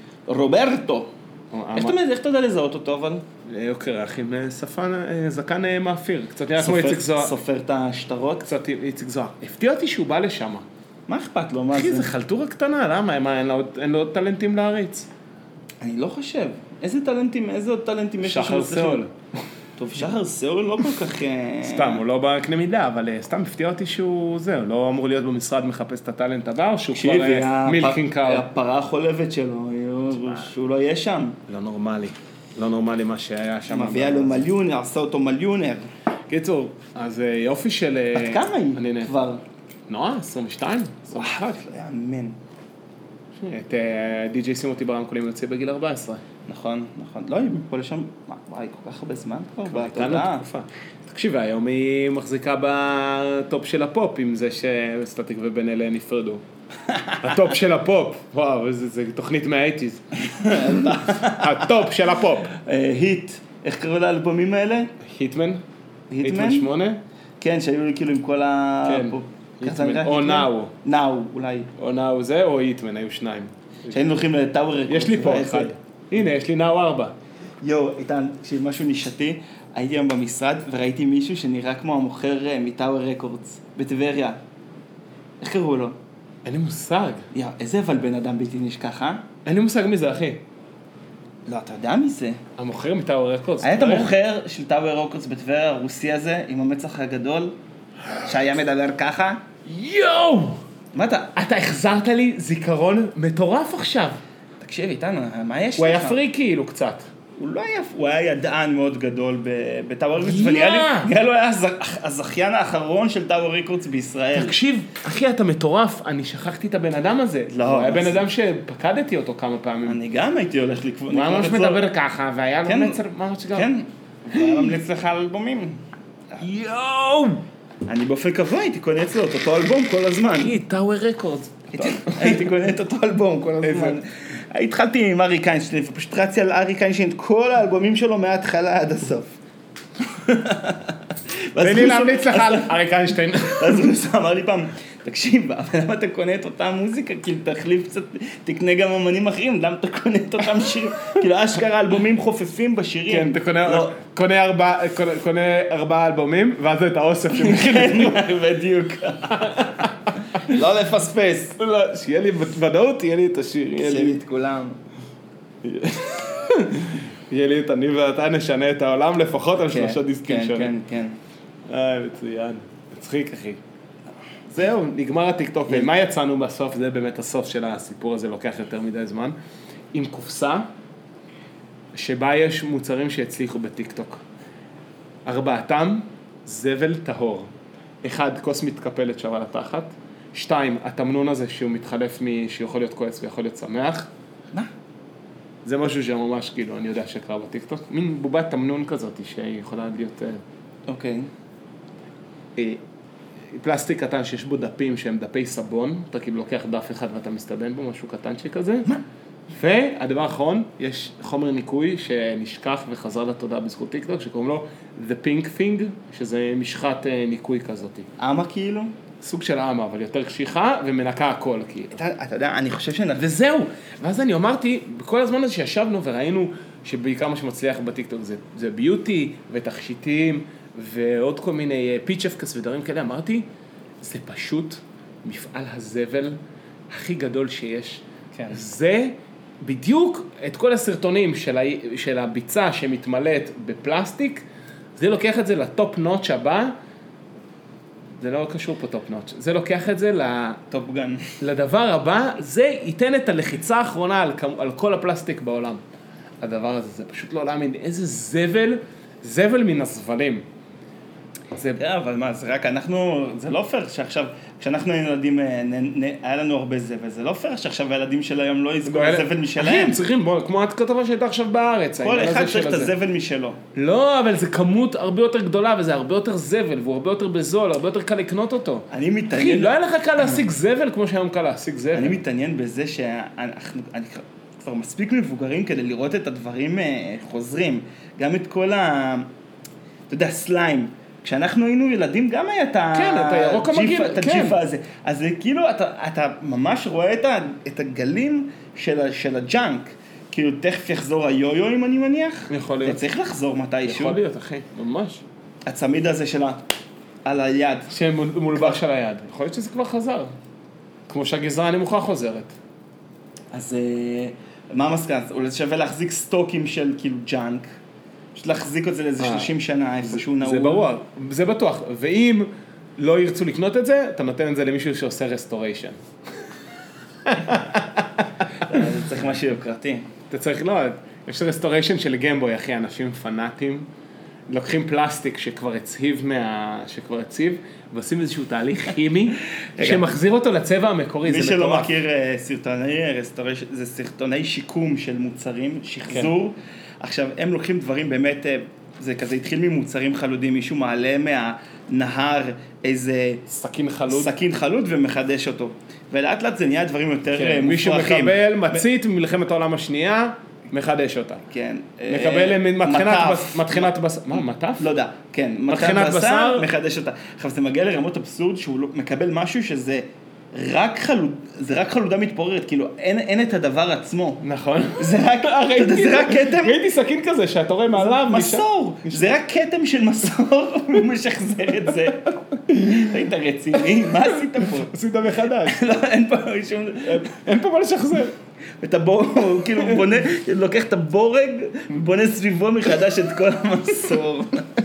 [SPEAKER 3] רוברטו. איך אתה, איך אתה יודע לזהות אותו, אבל?
[SPEAKER 2] יוקר, אחי, שפן, זקן מאפיר. קצת נראה כמו איציק זוהר.
[SPEAKER 3] סופר את השטרות?
[SPEAKER 2] קצת איציק זוהר. הפתיע אותי שהוא בא לשם.
[SPEAKER 3] מה אכפת לו? מה זה?
[SPEAKER 2] אחי, זה חלטורה קטנה, למה? מה, אין לו טלנטים להריץ?
[SPEAKER 3] אני לא חושב. איזה טלנטים, איזה עוד טלנטים יש?
[SPEAKER 2] שחר סאול.
[SPEAKER 3] טוב, שחר סאול לא כל כך...
[SPEAKER 2] סתם, הוא לא בקנה מידה, אבל סתם הפתיע אותי שהוא זהו, לא אמור להיות במשרד מחפש את הטלנט הבא, או שהוא כבר מילקינג קאו.
[SPEAKER 3] הפרה החולבת שלו, שהוא לא יהיה שם.
[SPEAKER 2] לא נורמלי, לא נורמלי מה שהיה שם.
[SPEAKER 3] מביא לו מיליונר, עשה אותו מיליונר.
[SPEAKER 2] קיצור, אז יופי של...
[SPEAKER 3] בת כמה היא כבר?
[SPEAKER 2] נועה, עשרים ושתיים, עשרים ואחת.
[SPEAKER 3] לא יאמן.
[SPEAKER 2] את די-ג'יי סימותי ברמקולים יוצא בגיל ארבע עשרה.
[SPEAKER 3] נכון, נכון. לא, היא פה לשם, וואי, כל כך הרבה זמן כבר,
[SPEAKER 2] בתודעה. תקשיב, היום היא מחזיקה בטופ של הפופ, עם זה שסטטיק ובן אלה נפרדו. הטופ של הפופ, וואו, זה תוכנית מה-שמונים. הטופ של הפופ.
[SPEAKER 3] היט, איך קראו לאלבומים האלה?
[SPEAKER 2] היטמן? היטמן שמונה?
[SPEAKER 3] כן, שהיו לי כאילו עם כל ה...
[SPEAKER 2] כן. או נאו.
[SPEAKER 3] נאו, אולי.
[SPEAKER 2] או נאו זה, או היטמן, היו שניים.
[SPEAKER 3] שהיינו הולכים לטאוור רקורדס.
[SPEAKER 2] יש לי פה אחד. הנה, יש לי נאו ארבע.
[SPEAKER 3] יו, איתן, כשהיא משהו נישתי, הייתי היום במשרד וראיתי מישהו שנראה כמו המוכר מטאוור רקורדס, בטבריה. איך קראו לו?
[SPEAKER 2] אין לי מושג.
[SPEAKER 3] יא, איזה אבל בן אדם בלתי נשכח, אה?
[SPEAKER 2] אין לי מושג מי זה, אחי.
[SPEAKER 3] לא, אתה יודע מי זה?
[SPEAKER 2] המוכר מטאוור רקורדס.
[SPEAKER 3] היה את המוכר של טאוור רקורדס בטבריה, הרוסי הזה, עם המצח הגדול, שהיה מדבר ככה.
[SPEAKER 2] יואו!
[SPEAKER 3] מה אתה?
[SPEAKER 2] אתה החזרת לי זיכרון מטורף עכשיו.
[SPEAKER 3] תקשיב, איתנו, מה יש לך?
[SPEAKER 2] הוא היה פרי כאילו קצת.
[SPEAKER 3] הוא לא היה, הוא היה ידען מאוד גדול בטאוור רקורדס, ונראה לי, הוא היה הזכיין האחרון של טאוור רקורדס בישראל.
[SPEAKER 2] תקשיב, אחי, אתה מטורף, אני שכחתי את הבן אדם הזה.
[SPEAKER 3] לא.
[SPEAKER 2] הוא היה בן אדם שפקדתי אותו כמה פעמים.
[SPEAKER 3] אני גם הייתי הולך לקבוע.
[SPEAKER 2] הוא היה ממש מדבר ככה, והיה לו מצר, ממש גם.
[SPEAKER 3] כן, הוא היה ממליץ לך על אלבומים.
[SPEAKER 2] יואו!
[SPEAKER 3] אני באופן קבוע הייתי קונה אצלו את אותו אלבום כל הזמן.
[SPEAKER 2] אחי, טאוור רקורדס.
[SPEAKER 3] הייתי קונה את אותו אלבום כל הזמן. התחלתי עם אריק איינשטיין, ופשוט רצתי על אריק איינשטיין את כל האלבומים שלו מההתחלה עד הסוף.
[SPEAKER 2] תן לי להמליץ לך על אריק איינשטיין.
[SPEAKER 3] אז הוא אמר לי פעם, תקשיב, אבל למה אתה קונה את אותה מוזיקה? כאילו תחליף קצת, תקנה גם אמנים אחרים, למה אתה קונה את אותם שירים? כאילו אשכרה אלבומים חופפים בשירים.
[SPEAKER 2] כן, אתה קונה ארבעה אלבומים, ואז את האוסף
[SPEAKER 3] שמכינים. בדיוק. לא לפספס.
[SPEAKER 2] שיהיה לי ודאות, יהיה לי את השיר.
[SPEAKER 3] שיהיה לי את כולם.
[SPEAKER 2] יהיה לי את אני ואתה נשנה את העולם לפחות על שלושה דיסקים שונים.
[SPEAKER 3] כן, כן, כן.
[SPEAKER 2] אה, מצוין. מצחיק, אחי. זהו, נגמר הטיקטוק. ומה יצאנו בסוף? זה באמת הסוף של הסיפור הזה, לוקח יותר מדי זמן. עם קופסה, שבה יש מוצרים שהצליחו בטיקטוק. ארבעתם, זבל טהור. אחד, כוס מתקפלת שווה לתחת. שתיים, התמנון הזה שהוא מתחלף שיכול להיות כועס ויכול להיות שמח.
[SPEAKER 3] מה?
[SPEAKER 2] זה משהו שממש כאילו, אני יודע שקרה בטיקטוק. מין בובת תמנון כזאת שהיא יכולה להיות...
[SPEAKER 3] אוקיי.
[SPEAKER 2] פלסטיק קטן שיש בו דפים שהם דפי סבון. אתה כאילו לוקח דף אחד ואתה מסתבן בו, משהו קטנצ'י כזה.
[SPEAKER 3] מה?
[SPEAKER 2] והדבר האחרון, יש חומר ניקוי שנשכח וחזר לתודעה בזכות טיקטוק, שקוראים לו The Pink Thing, שזה משחת ניקוי כזאת.
[SPEAKER 3] אמה כאילו?
[SPEAKER 2] סוג של אמה, אבל יותר קשיחה ומנקה הכל, כאילו.
[SPEAKER 3] אתה, אתה יודע, אני חושב שנ...
[SPEAKER 2] וזהו. ואז אני אמרתי, בכל הזמן הזה שישבנו וראינו שבעיקר מה שמצליח בטיקטוק זה, זה ביוטי ותכשיטים ועוד כל מיני פיצ'פקס ודברים כאלה, אמרתי, זה פשוט מפעל הזבל הכי גדול שיש.
[SPEAKER 3] כן.
[SPEAKER 2] זה בדיוק את כל הסרטונים של, ה... של הביצה שמתמלאת בפלסטיק, זה לוקח את זה לטופ נוטש הבא, זה לא קשור פה טופ נוטש, זה לוקח את זה
[SPEAKER 3] טופגן.
[SPEAKER 2] לדבר הבא, זה ייתן את הלחיצה האחרונה על, על כל הפלסטיק בעולם. הדבר הזה, זה פשוט לא להאמין, איזה זבל, זבל מן הזבלים. זה...
[SPEAKER 3] Yeah, אבל מה, זה רק אנחנו, זה לא פייר שעכשיו, כשאנחנו היינו ילדים, היה לנו הרבה זבל, זה לא פייר שעכשיו הילדים של היום לא יזכו זבל משלהם.
[SPEAKER 2] אחי, הם צריכים, בוא, כמו הכתבה שהייתה עכשיו בארץ.
[SPEAKER 3] כל אחד צריך את הזבל משלו.
[SPEAKER 2] לא, אבל זה כמות הרבה יותר גדולה, וזה הרבה יותר זבל, והוא הרבה יותר בזול, הרבה יותר קל לקנות אותו.
[SPEAKER 3] אני מתעניין...
[SPEAKER 2] אחי, לא היה לך קל להשיג זבל כמו שהיום קל להשיג זבל.
[SPEAKER 3] אני מתעניין בזה שאנחנו, אני כבר מספיק מבוגרים כדי לראות את הדברים חוזרים. גם את כל ה... אתה יודע, סליים. כשאנחנו היינו ילדים גם היה את
[SPEAKER 2] כן, את הירוק המגעיל,
[SPEAKER 3] את הג'יפה הזה. אז זה כאילו, אתה, אתה ממש רואה את, ה, את הגלים של, של הג'אנק. כאילו, תכף יחזור היו-יו, אם אני מניח.
[SPEAKER 2] יכול להיות.
[SPEAKER 3] זה צריך לחזור מתישהו.
[SPEAKER 2] יכול להיות, אחי, ממש.
[SPEAKER 3] הצמיד הזה של ה... על היד.
[SPEAKER 2] שמולבש על היד. יכול להיות שזה כבר חזר. כמו שהגזרה הנמוכה חוזרת.
[SPEAKER 3] אז מה המסקנה? אולי שווה להחזיק סטוקים של כאילו ג'אנק. פשוט להחזיק את זה לאיזה שלושים שנה, איפשהו נעול.
[SPEAKER 2] זה ברור, זה בטוח. ואם לא ירצו לקנות את זה, אתה נותן את זה למישהו שעושה רסטוריישן.
[SPEAKER 3] זה צריך משהו יוקרתי.
[SPEAKER 2] אתה צריך, לא, יש רסטוריישן של גיימבוי, אחי, אנשים פנאטים, לוקחים פלסטיק שכבר הציב מה... שכבר הציב, ועושים איזשהו תהליך כימי, שמחזיר אותו לצבע המקורי,
[SPEAKER 3] מי שלא מכיר סרטוני רסטוריישן, זה סרטוני שיקום של מוצרים, שחזור, עכשיו, הם לוקחים דברים באמת, זה כזה התחיל ממוצרים חלודים, מישהו מעלה מהנהר איזה
[SPEAKER 2] סכין חלוד,
[SPEAKER 3] סכין חלוד ומחדש אותו. ולאט לאט זה נהיה דברים יותר כן, מופרחים.
[SPEAKER 2] מישהו מקבל מצית ממלחמת העולם השנייה, מחדש אותה.
[SPEAKER 3] כן.
[SPEAKER 2] מקבל מתחינת בשר, מה, מטף?
[SPEAKER 3] לא יודע, כן.
[SPEAKER 2] מתחינת בשר,
[SPEAKER 3] מחדש אותה. עכשיו, זה מגיע לרמות אבסורד שהוא מקבל משהו שזה... רק חלוד, זה רק חלודה מתפוררת, כאילו אין, אין את הדבר עצמו.
[SPEAKER 2] נכון.
[SPEAKER 3] זה רק, זה רק כתם.
[SPEAKER 2] ראיתי סכין כזה שאתה רואה מעליו.
[SPEAKER 3] מסור. זה רק כתם של מסור, הוא משחזר את זה. היית רציני, מה עשית פה?
[SPEAKER 2] עשית מחדש.
[SPEAKER 3] לא, אין פה שום...
[SPEAKER 2] אין פה מה לשחזר.
[SPEAKER 3] את הבור, הוא כאילו בונה, לוקח את הבורג, בונה סביבו מחדש את כל המסור.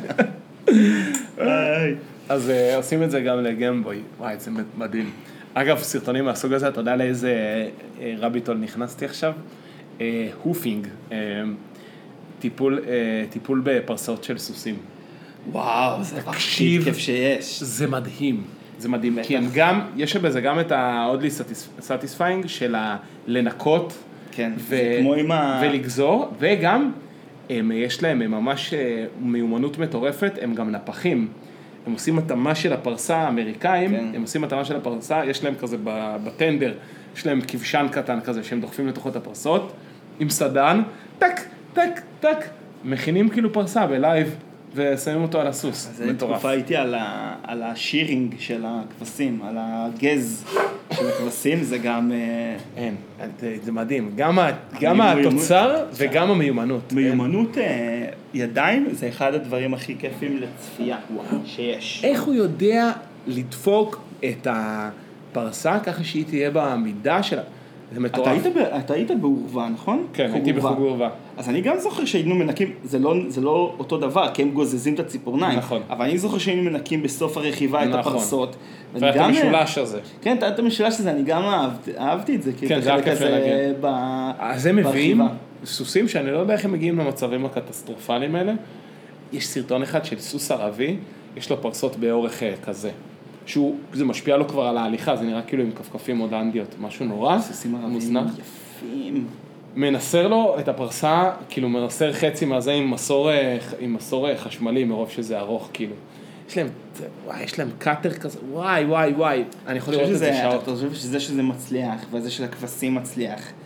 [SPEAKER 2] אז עושים את זה גם לגיימבוי. וואי, זה מדהים. אגב, סרטונים מהסוג הזה, אתה יודע לאיזה רביטול נכנסתי עכשיו? הופינג, טיפול, טיפול בפרסאות של סוסים.
[SPEAKER 3] וואו, זה הכי כיף שיש.
[SPEAKER 2] זה מדהים, זה מדהים. כי הם גם, יש בזה גם את ה-oddly satisfying של לנקות,
[SPEAKER 3] כן, זה כמו עם ה...
[SPEAKER 2] ולגזור, וגם יש להם ממש מיומנות מטורפת, הם גם נפחים. הם עושים התאמה של הפרסה האמריקאים, כן. הם עושים התאמה של הפרסה, יש להם כזה בטנדר, יש להם כבשן קטן כזה, שהם דוחפים לתוכו את הפרסות, עם סדן, טק, טק, טק, מכינים כאילו פרסה בלייב, ושמים אותו על הסוס,
[SPEAKER 3] אז מטורף. תקופה הייתי על, ה, על השירינג של הכבשים, על הגז של הכבשים, זה גם...
[SPEAKER 2] אין, זה מדהים, גם, גם התוצר וגם המיומנות.
[SPEAKER 3] מיומנות ידיים זה אחד הדברים הכי כיפים לצפייה שיש.
[SPEAKER 2] איך הוא יודע לדפוק את הפרסה ככה שהיא תהיה בעמידה שלה? זה מטורף.
[SPEAKER 3] אתה היית, אתה היית בעורבה, נכון?
[SPEAKER 2] כן, הייתי בחוג עורבה.
[SPEAKER 3] אז אני גם זוכר שהיינו מנקים, זה לא, זה לא אותו דבר, כי הם גוזזים את הציפורניים.
[SPEAKER 2] נכון.
[SPEAKER 3] אבל אני זוכר שהיינו מנקים בסוף הרכיבה את הפרסות.
[SPEAKER 2] ואת המשולש הזה.
[SPEAKER 3] כן, את המשולש הזה, אני גם אהבתי, אהבתי את זה.
[SPEAKER 2] כן, זה היה כיף להגיע. אז הם מביאים סוסים שאני לא יודע איך הם מגיעים למצבים הקטסטרופליים האלה. יש סרטון אחד של סוס ערבי, יש לו פרסות באורך כזה. שהוא, זה משפיע לו כבר על ההליכה, זה נראה כאילו עם כפכפים הודנדיות, משהו נורא, מוזנח.
[SPEAKER 3] יפים.
[SPEAKER 2] מנסר לו את הפרסה, כאילו מנסר חצי מהזה עם מסור, עם מסור חשמלי, מרוב שזה ארוך, כאילו. יש להם, וואי, יש להם קאטר כזה, וואי, וואי, וואי, אני יכול לראות את זה שעות.
[SPEAKER 3] אתה חושב שזה שזה מצליח, וזה של הכבשים מצליח,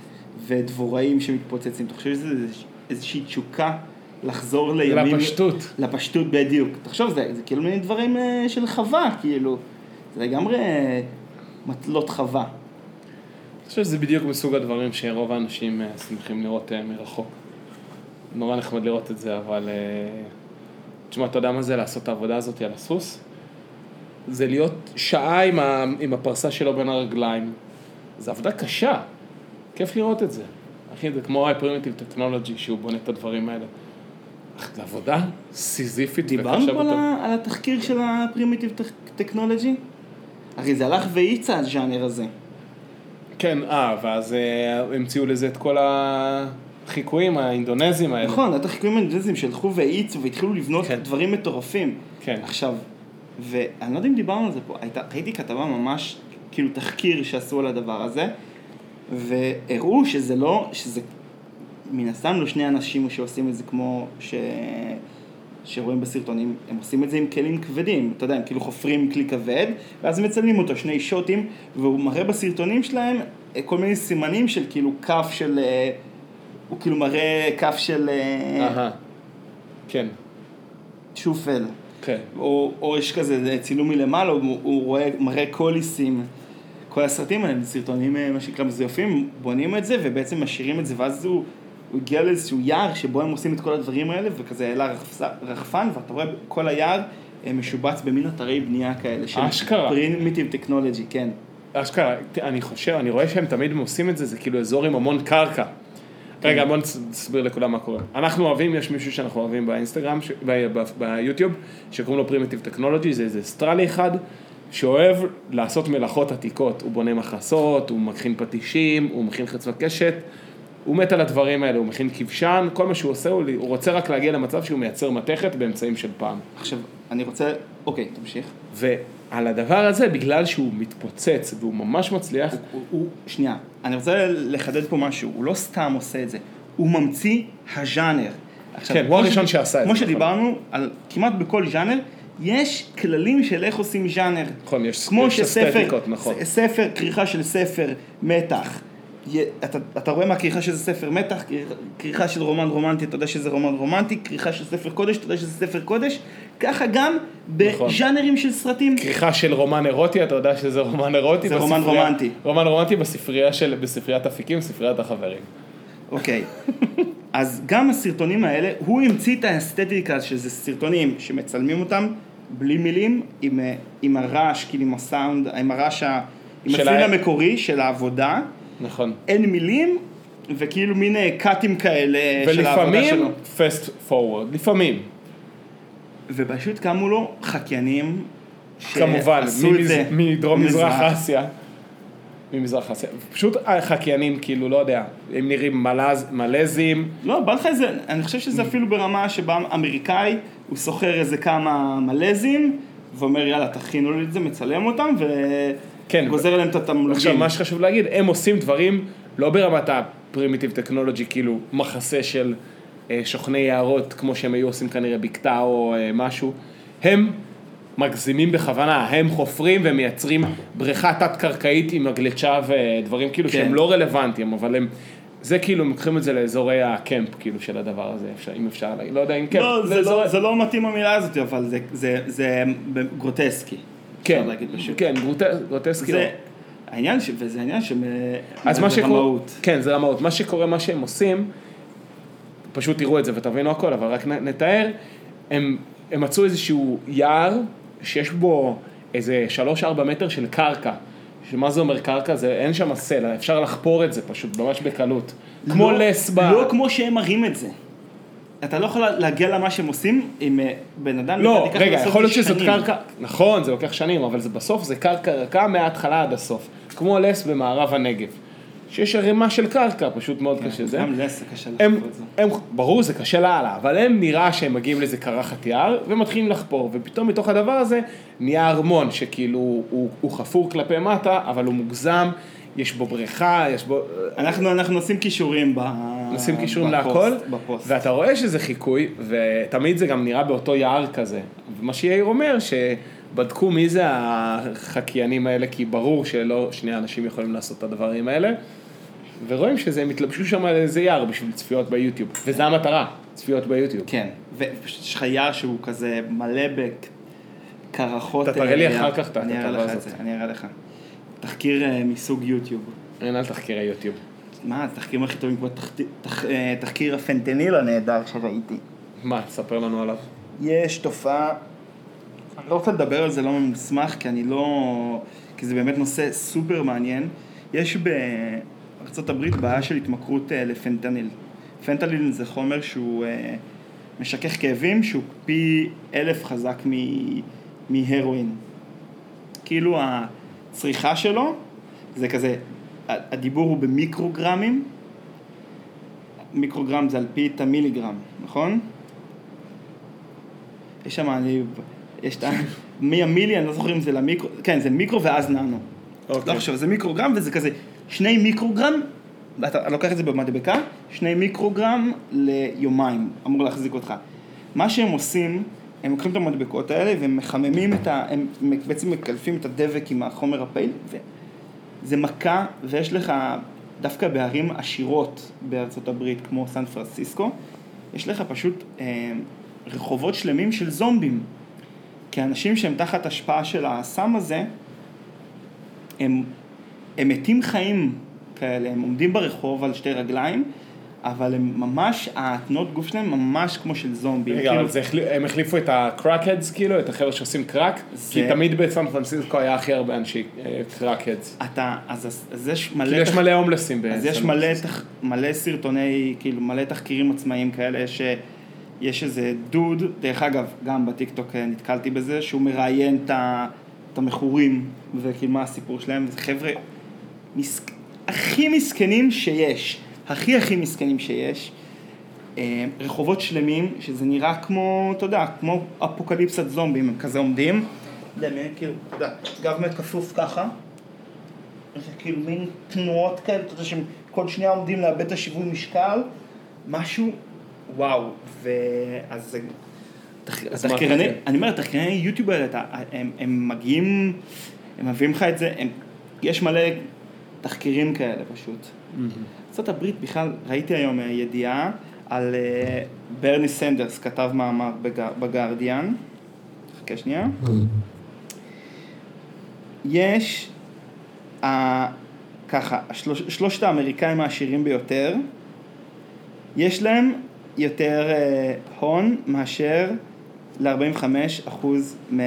[SPEAKER 3] ודבוראים שמתפוצצים. אתה חושב שזה איזושהי תשוקה לחזור לימים...
[SPEAKER 2] לפשטות.
[SPEAKER 3] לפשטות בדיוק. תחשוב, זה, זה כאילו מיני דברים של חווה, כאילו. זה לגמרי מטלות חווה.
[SPEAKER 2] אני חושב שזה בדיוק מסוג הדברים שרוב האנשים שמחים לראות מרחוק. נורא נחמד לראות את זה, אבל... תשמע, אתה יודע מה זה לעשות את העבודה הזאת על הסוס? זה להיות שעה עם, ה... עם הפרסה שלו בין הרגליים. זו עבודה קשה. כיף לראות את זה. אחי, זה כמו ה-Primitive Technology שהוא בונה את הדברים האלה. זו עבודה סיזיפית וקשה.
[SPEAKER 3] דיברנו על, ה... על התחקיר של ה-Primitive Technology? אחי, זה הלך ואיצה הז'אנר הזה.
[SPEAKER 2] כן, אה, ואז אה, המציאו לזה את כל החיקויים האינדונזיים האלה.
[SPEAKER 3] נכון, את החיקויים האינדונזיים שהלכו ואיצו והתחילו לבנות
[SPEAKER 2] כן.
[SPEAKER 3] דברים מטורפים.
[SPEAKER 2] כן.
[SPEAKER 3] עכשיו, ואני לא יודע אם דיברנו על זה פה, הייתה, ראיתי כתבה ממש, כאילו תחקיר שעשו על הדבר הזה, והראו שזה לא, שזה מן הסתם לא שני אנשים שעושים את זה כמו ש... שרואים בסרטונים, הם עושים את זה עם כלים כבדים, אתה יודע, הם כאילו חופרים כלי כבד, ואז מצלמים אותו שני שוטים, והוא מראה בסרטונים שלהם כל מיני סימנים של כאילו כף של, הוא כאילו מראה כף של...
[SPEAKER 2] אהה, כן.
[SPEAKER 3] שופל.
[SPEAKER 2] כן.
[SPEAKER 3] או, או יש כזה צילום מלמעלה, הוא, הוא רואה, מראה קוליסים, כל הסרטים האלה, סרטונים מה שנקרא מזויפים, בונים את זה ובעצם משאירים את זה, ואז הוא, הוא הגיע לאיזשהו יער שבו הם עושים את כל הדברים האלה, וכזה העלה רחפן, ואתה רואה כל היער משובץ במין אתרי בנייה כאלה, של
[SPEAKER 2] אשכרה.
[SPEAKER 3] Primitive Technology, כן.
[SPEAKER 2] אשכרה, אני חושב, אני רואה שהם תמיד עושים את זה, זה כאילו אזור עם המון קרקע. רגע, בוא נסביר לכולם מה קורה. אנחנו אוהבים, יש מישהו שאנחנו אוהבים באינסטגרם, ביוטיוב, שקוראים לו Primitive Technology, זה איזה אסטרלי אחד, שאוהב לעשות מלאכות עתיקות. הוא בונה מחסות, הוא מכין פטישים, הוא מכין חץ וקשת, הוא מת על הדברים האלה, הוא מכין כבשן, כל מה שהוא עושה, הוא רוצה רק להגיע למצב שהוא מייצר מתכת באמצעים של פעם.
[SPEAKER 3] עכשיו, אני רוצה, אוקיי, תמשיך.
[SPEAKER 2] ועל הדבר הזה, בגלל שהוא מתפוצץ והוא ממש מצליח,
[SPEAKER 3] הוא, הוא, הוא, שנייה, אני רוצה לחדד פה משהו, הוא לא סתם עושה את זה, הוא ממציא הז'אנר. עכשיו,
[SPEAKER 2] כן, הוא הראשון שעשה את זה.
[SPEAKER 3] כמו שדיברנו, על כמעט בכל ז'אנר, יש כללים של איך עושים ז'אנר.
[SPEAKER 2] נכון, יש,
[SPEAKER 3] כמו
[SPEAKER 2] יש
[SPEAKER 3] שספר,
[SPEAKER 2] אסתטיקות, נכון.
[SPEAKER 3] ספר, כריכה של ספר מתח, אתה, אתה רואה מה כריכה שזה ספר מתח, כריכה של רומן רומנטי, אתה יודע שזה רומן רומנטי, כריכה של ספר קודש, אתה יודע שזה ספר קודש, ככה גם בז'אנרים של סרטים.
[SPEAKER 2] כריכה של רומן אירוטי, אתה יודע שזה רומן אירוטי.
[SPEAKER 3] זה רומן רומנטי.
[SPEAKER 2] רומן רומנטי בספרייה של, בספריית אפיקים, ספריית החברים.
[SPEAKER 3] אוקיי. אז גם הסרטונים האלה, הוא המציא את האסתטיקה שזה סרטונים שמצלמים אותם בלי מילים, עם, עם הרעש, כאילו עם הסאונד, עם הרעש, עם הצליל המקורי של העבודה.
[SPEAKER 2] נכון.
[SPEAKER 3] אין מילים, וכאילו מין קאטים כאלה של העבודה שלו.
[SPEAKER 2] ולפעמים fast forward, לפעמים.
[SPEAKER 3] ופשוט קמו לו חקיינים
[SPEAKER 2] כמובן,
[SPEAKER 3] שעשו את זה.
[SPEAKER 2] מדרום מזרח אסיה. ממזרח אסיה. פשוט החקיינים, כאילו, לא יודע, הם נראים מלז, מלזים.
[SPEAKER 3] לא, בא לך איזה, אני חושב שזה אפילו ברמה שבה אמריקאי, הוא סוחר איזה כמה מלזים, ואומר, יאללה, תכינו לי את זה, מצלם אותם, ו...
[SPEAKER 2] כן,
[SPEAKER 3] גוזר עליהם את התמלוגים.
[SPEAKER 2] עכשיו, מה שחשוב להגיד, הם עושים דברים לא ברמת ה-Primitive Technology, כאילו מחסה של אה, שוכני יערות, כמו שהם היו עושים כנראה בקתה או אה, משהו. הם מגזימים בכוונה, הם חופרים ומייצרים בריכה תת-קרקעית עם הגלצ'ה ודברים כאילו כן. שהם לא רלוונטיים, אבל הם, זה כאילו, הם לוקחים את זה לאזורי הקמפ, כאילו, של הדבר הזה, אפשר, אם אפשר להגיד, לא יודע אם קמפ.
[SPEAKER 3] לא, זה, לאזור... לא, זה לא מתאים המילה הזאת, אבל זה, זה, זה גרוטסקי.
[SPEAKER 2] כן, כן, גרוטסקי.
[SPEAKER 3] זה העניין, ש... וזה העניין ש...
[SPEAKER 2] אז מה שקורה, כן, זה רמאות. מה שקורה, מה שהם עושים, פשוט תראו את זה ותבינו הכל, אבל רק נתאר, הם, הם מצאו איזשהו יער, שיש בו איזה שלוש ארבע מטר של קרקע. שמה זה אומר קרקע? זה, אין שם סלע, אפשר לחפור את זה פשוט, ממש בקלות.
[SPEAKER 3] לא,
[SPEAKER 2] כמו לס ב...
[SPEAKER 3] לא כמו שהם מראים את זה. אתה לא יכול להגיע למה שהם עושים עם בן אדם.
[SPEAKER 2] לא, רגע, יכול להיות שזאת קרקע, נכון, זה לוקח שנים, אבל זה בסוף זה קרקע רכה מההתחלה עד הסוף. כמו לס במערב הנגב. שיש הרימה של קרקע, פשוט מאוד קשה זה.
[SPEAKER 3] גם לס זה קשה לחפור את זה.
[SPEAKER 2] ברור, זה קשה להעלה, אבל הם נראה שהם מגיעים לאיזה קרחת יער, ומתחילים לחפור, ופתאום מתוך הדבר הזה נהיה ארמון, שכאילו הוא חפור כלפי מטה, אבל הוא מוגזם, יש בו בריכה, יש בו...
[SPEAKER 3] אנחנו, אנחנו נשים קישורים ב...
[SPEAKER 2] נשים קישורים להכל, ואתה רואה שזה חיקוי, ותמיד זה גם נראה באותו יער כזה. ומה שיאיר אומר, שבדקו מי זה החקיינים האלה, כי ברור שלא שני אנשים יכולים לעשות את הדברים האלה, ורואים שזה, הם התלבשו שם על איזה יער בשביל צפיות ביוטיוב, וזה המטרה, צפיות ביוטיוב.
[SPEAKER 3] כן, ופשוט יש לך יער שהוא כזה מלא בקרחות.
[SPEAKER 2] אתה תראה לי אחר כך את
[SPEAKER 3] אני אראה לך את זה, אני אראה לך. תחקיר מסוג יוטיוב.
[SPEAKER 2] אין על תחקירי יוטיוב.
[SPEAKER 3] מה, התחקירים הכי טובים כמו תחקיר הפנטניל הנהדר שראיתי.
[SPEAKER 2] מה, תספר לנו עליו.
[SPEAKER 3] יש תופעה, אני לא רוצה לדבר על זה לא ממוסמך, כי אני לא, כי זה באמת נושא סופר מעניין. יש בארצות הברית בעיה של התמכרות לפנטניל. פנטניל זה חומר שהוא משכך כאבים, שהוא פי אלף חזק מהרואין. כאילו הצריכה שלו, זה כזה, הדיבור הוא במיקרוגרמים, מיקרוגרם זה על פי את המיליגרם, נכון? יש שם, אני, יש את מי המילי, אני לא זוכר אם זה למיקרו, כן, זה מיקרו ואז ננו. לא חושב, זה מיקרוגרם וזה כזה, שני מיקרוגרם, אתה לוקח את זה במדבקה, שני מיקרוגרם ליומיים, אמור להחזיק אותך. מה שהם עושים, הם לוקחים את המדבקות האלה והם מחממים את ה... הם בעצם מקלפים את הדבק עם החומר הפעיל, וזה מכה, ויש לך דווקא בערים עשירות בארצות הברית, כמו סן פרנסיסקו, יש לך פשוט אה, רחובות שלמים של זומבים. כי האנשים שהם תחת השפעה של הסם הזה, הם, הם מתים חיים כאלה, הם עומדים ברחוב על שתי רגליים, אבל הם ממש, התנועות גוף שלהם ממש כמו של זומבים.
[SPEAKER 2] רגע,
[SPEAKER 3] כאילו...
[SPEAKER 2] אבל זה, הם החליפו את הקראק-הדס, כאילו, את החבר'ה שעושים קראק, זה... כי תמיד בסן פרנסיסקו היה הכי הרבה אנשי קראק-הדס.
[SPEAKER 3] אתה, אז, אז יש מלא...
[SPEAKER 2] כאילו יש מלא הומלסים בסן
[SPEAKER 3] פרנסיסקו. אז יש מלא, תח, מלא סרטוני, כאילו מלא תחקירים עצמאיים כאלה, שיש איזה דוד, דרך אגב, גם בטיקטוק נתקלתי בזה, שהוא מראיין את, את המחורים, וכאילו מה הסיפור שלהם, זה חבר'ה מסק... הכי מסכנים שיש. הכי הכי מסכנים שיש, רחובות שלמים, שזה נראה כמו, אתה יודע, כמו אפוקליפסת זומבים, הם כזה עומדים, דמיין, כאילו, אתה יודע, גב מכפוף ככה, זה כאילו מין תנועות כאלה, אתה יודע שהם כל שנייה עומדים לאבד את השיווי משקל, משהו, וואו, ואז זה, התחקירני, אני אומר, התחקירני יוטיוב האלה, הם מגיעים, הם מביאים לך את זה, יש מלא תחקירים כאלה פשוט. ארצות הברית בכלל, ראיתי היום ידיעה על ברני סנדרס, כתב מאמר בגארדיאן, חכה שנייה, יש ככה, שלושת האמריקאים העשירים ביותר, יש להם יותר הון מאשר ל-ארבעים וחמישה אחוז מ...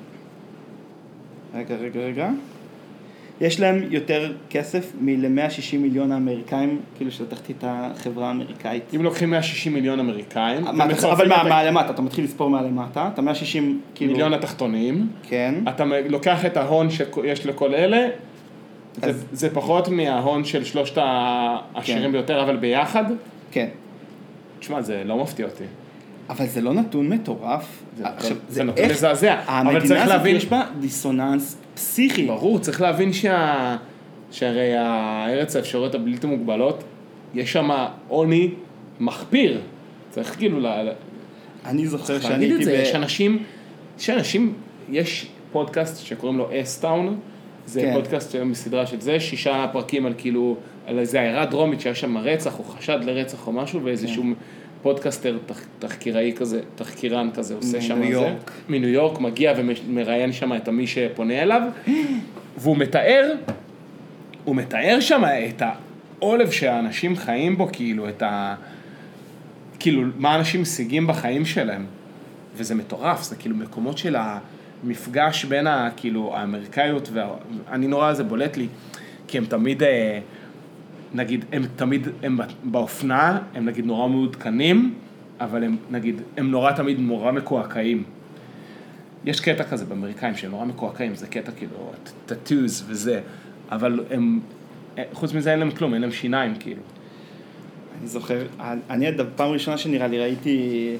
[SPEAKER 3] רגע, רגע, רגע. יש להם יותר כסף מ-מאה ושישים מיליון האמריקאים, כאילו של תחתית החברה האמריקאית.
[SPEAKER 2] אם לוקחים מאה ושישים מיליון אמריקאים,
[SPEAKER 3] אבל מהלמטה, אתה מתחיל לספור מהלמטה, אתה מאה ושישים כאילו...
[SPEAKER 2] מיליון התחתונים,
[SPEAKER 3] כן.
[SPEAKER 2] אתה לוקח את ההון שיש לכל אלה, זה פחות מההון של שלושת העשירים ביותר, אבל ביחד?
[SPEAKER 3] כן.
[SPEAKER 2] תשמע, זה לא מפתיע אותי.
[SPEAKER 3] אבל זה לא נתון מטורף.
[SPEAKER 2] זה נתון לזעזע.
[SPEAKER 3] המדינה הזאת יש בה דיסוננס פסיכי.
[SPEAKER 2] ברור, צריך להבין שה... שהרי הארץ האפשרויות הבלתי מוגבלות, יש שם עוני מחפיר. צריך כאילו...
[SPEAKER 3] אני זוכר שאני
[SPEAKER 2] הייתי... ב... יש אנשים, יש אנשים, יש פודקאסט שקוראים לו אסטאון, זה כן. פודקאסט מסדרה של זה, שישה פרקים על כאילו, על איזה עיירה דרומית שהיה שם רצח או חשד לרצח או משהו, ואיזשהו כן. פודקאסטר תח... תחקיראי כזה, תחקירן כזה עושה שם
[SPEAKER 3] זה.
[SPEAKER 2] מניו יורק, מגיע ומראיין שם את מי שפונה אליו, והוא מתאר, הוא מתאר שם את העולב שהאנשים חיים בו, כאילו, את ה... כאילו, מה אנשים משיגים בחיים שלהם. וזה מטורף, זה כאילו מקומות של המפגש בין ה... כאילו, האמריקאיות, ואני נורא, זה בולט לי, כי הם תמיד... נגיד, הם תמיד, הם באופנה, הם נגיד נורא מעודכנים, אבל הם נגיד, הם נורא תמיד נורא מקועקעים. יש קטע כזה באמריקאים שהם נורא מקועקעים, זה קטע כאילו, טאטוז וזה, אבל הם, חוץ מזה אין להם כלום, אין להם שיניים כאילו.
[SPEAKER 3] אני זוכר, אני פעם ראשונה שנראה לי ראיתי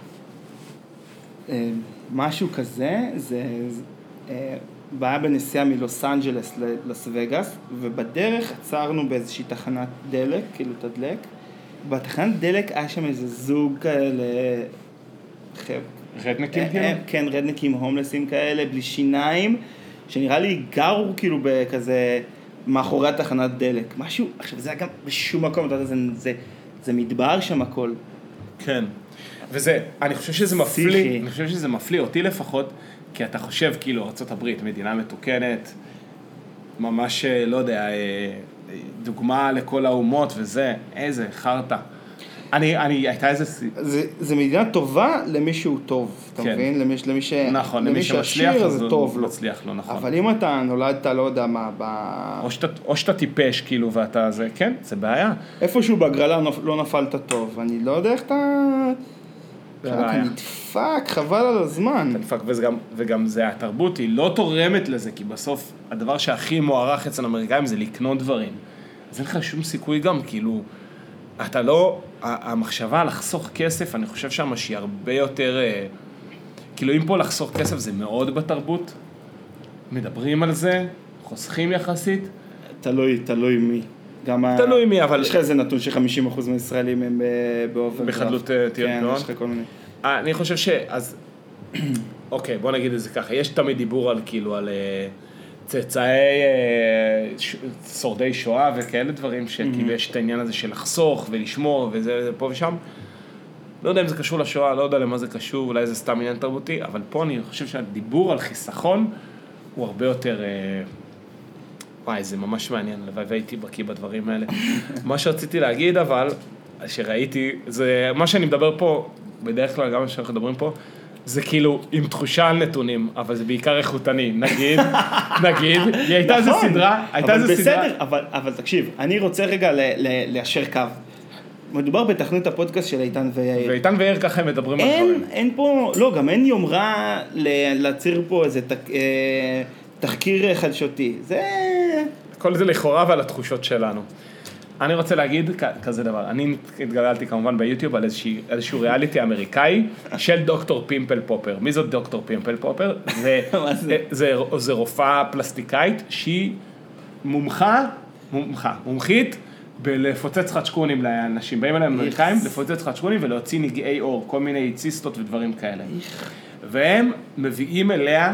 [SPEAKER 3] משהו כזה, זה... בעיה בנסיעה מלוס אנג'לס ללס וגאס, ובדרך עצרנו באיזושהי תחנת דלק, כאילו תדלק. בתחנת דלק היה שם איזה זוג כאלה...
[SPEAKER 2] רדנקים כאילו?
[SPEAKER 3] כן, רדנקים הומלסים כאלה, בלי שיניים, שנראה לי גרו כאילו בכזה מאחורי התחנת דלק, משהו, עכשיו זה היה גם בשום מקום, אתה יודע, זה, זה, זה מדבר שם הכל.
[SPEAKER 2] כן, וזה, אני חושב שזה מפליא, אני חושב שזה מפליא אותי לפחות, כי אתה חושב כאילו ארצות הברית, מדינה מתוקנת, ממש, לא יודע, דוגמה לכל האומות וזה, איזה חרטה. אני, אני, הייתה איזה...
[SPEAKER 3] זה, זה מדינה טובה למי שהוא טוב, אתה
[SPEAKER 2] כן.
[SPEAKER 3] מבין? למי, למי ש...
[SPEAKER 2] נכון, למי שמצליח,
[SPEAKER 3] זה טוב לו.
[SPEAKER 2] מצליח לו, נכון.
[SPEAKER 3] אבל אם אתה נולדת, לא יודע מה, ב...
[SPEAKER 2] או שאתה, או שאתה טיפש, כאילו, ואתה זה, כן, זה בעיה.
[SPEAKER 3] איפשהו בהגרלה לא נפלת טוב, אני לא יודע איך אתה... אתה נדפק, חבל על הזמן.
[SPEAKER 2] אתה נדפק, וגם, וגם זה, התרבות היא לא תורמת לזה, כי בסוף הדבר שהכי מוערך אצל אמריקאים זה לקנות דברים. אז אין לך שום סיכוי גם, כאילו, אתה לא, המחשבה לחסוך כסף, אני חושב שם שהיא הרבה יותר, כאילו אם פה לחסוך כסף זה מאוד בתרבות, מדברים על זה, חוסכים יחסית.
[SPEAKER 3] תלוי, תלוי מי. גם
[SPEAKER 2] תלוי מי, אבל...
[SPEAKER 3] יש לך איזה נתון ש-חמישים אחוז מהישראלים הם באוברדרפט.
[SPEAKER 2] בחדלות תיאטרון?
[SPEAKER 3] כן, יש לך כל מיני.
[SPEAKER 2] אני חושב ש... אז... אוקיי, בוא נגיד את זה ככה. יש תמיד דיבור על כאילו, על צאצאי שורדי שואה וכאלה דברים, שכאילו יש את העניין הזה של לחסוך ולשמור וזה פה ושם. לא יודע אם זה קשור לשואה, לא יודע למה זה קשור, אולי זה סתם עניין תרבותי, אבל פה אני חושב שהדיבור על חיסכון הוא הרבה יותר... וואי, זה ממש מעניין, והייתי בקיא בדברים האלה. מה שרציתי להגיד, אבל, שראיתי, זה, מה שאני מדבר פה, בדרך כלל גם שאנחנו מדברים פה, זה כאילו עם תחושה על נתונים, אבל זה בעיקר איכותני. נגיד, נגיד, היא הייתה איזה סדרה, הייתה איזה סדרה.
[SPEAKER 3] אבל בסדר, אבל, אבל תקשיב, אני רוצה רגע ליישר קו. מדובר בתכנית הפודקאסט של איתן ויאיר.
[SPEAKER 2] ואיתן ויאיר ככה הם מדברים על דברים.
[SPEAKER 3] אין פה, לא, גם אין יומרה להציר פה איזה תחקיר חדשותי. זה...
[SPEAKER 2] כל זה לכאורה ועל התחושות שלנו. אני רוצה להגיד כזה דבר, אני התגללתי כמובן ביוטיוב על איזשהו ריאליטי אמריקאי של דוקטור פימפל פופר. מי זאת דוקטור פימפל פופר? זה רופאה פלסטיקאית שהיא מומחה, מומחה, מומחית בלפוצץ חדשקונים לאנשים. באים אליהם אמריקאים לפוצץ חדשקונים ולהוציא נגעי אור, כל מיני ציסטות ודברים כאלה. והם מביאים אליה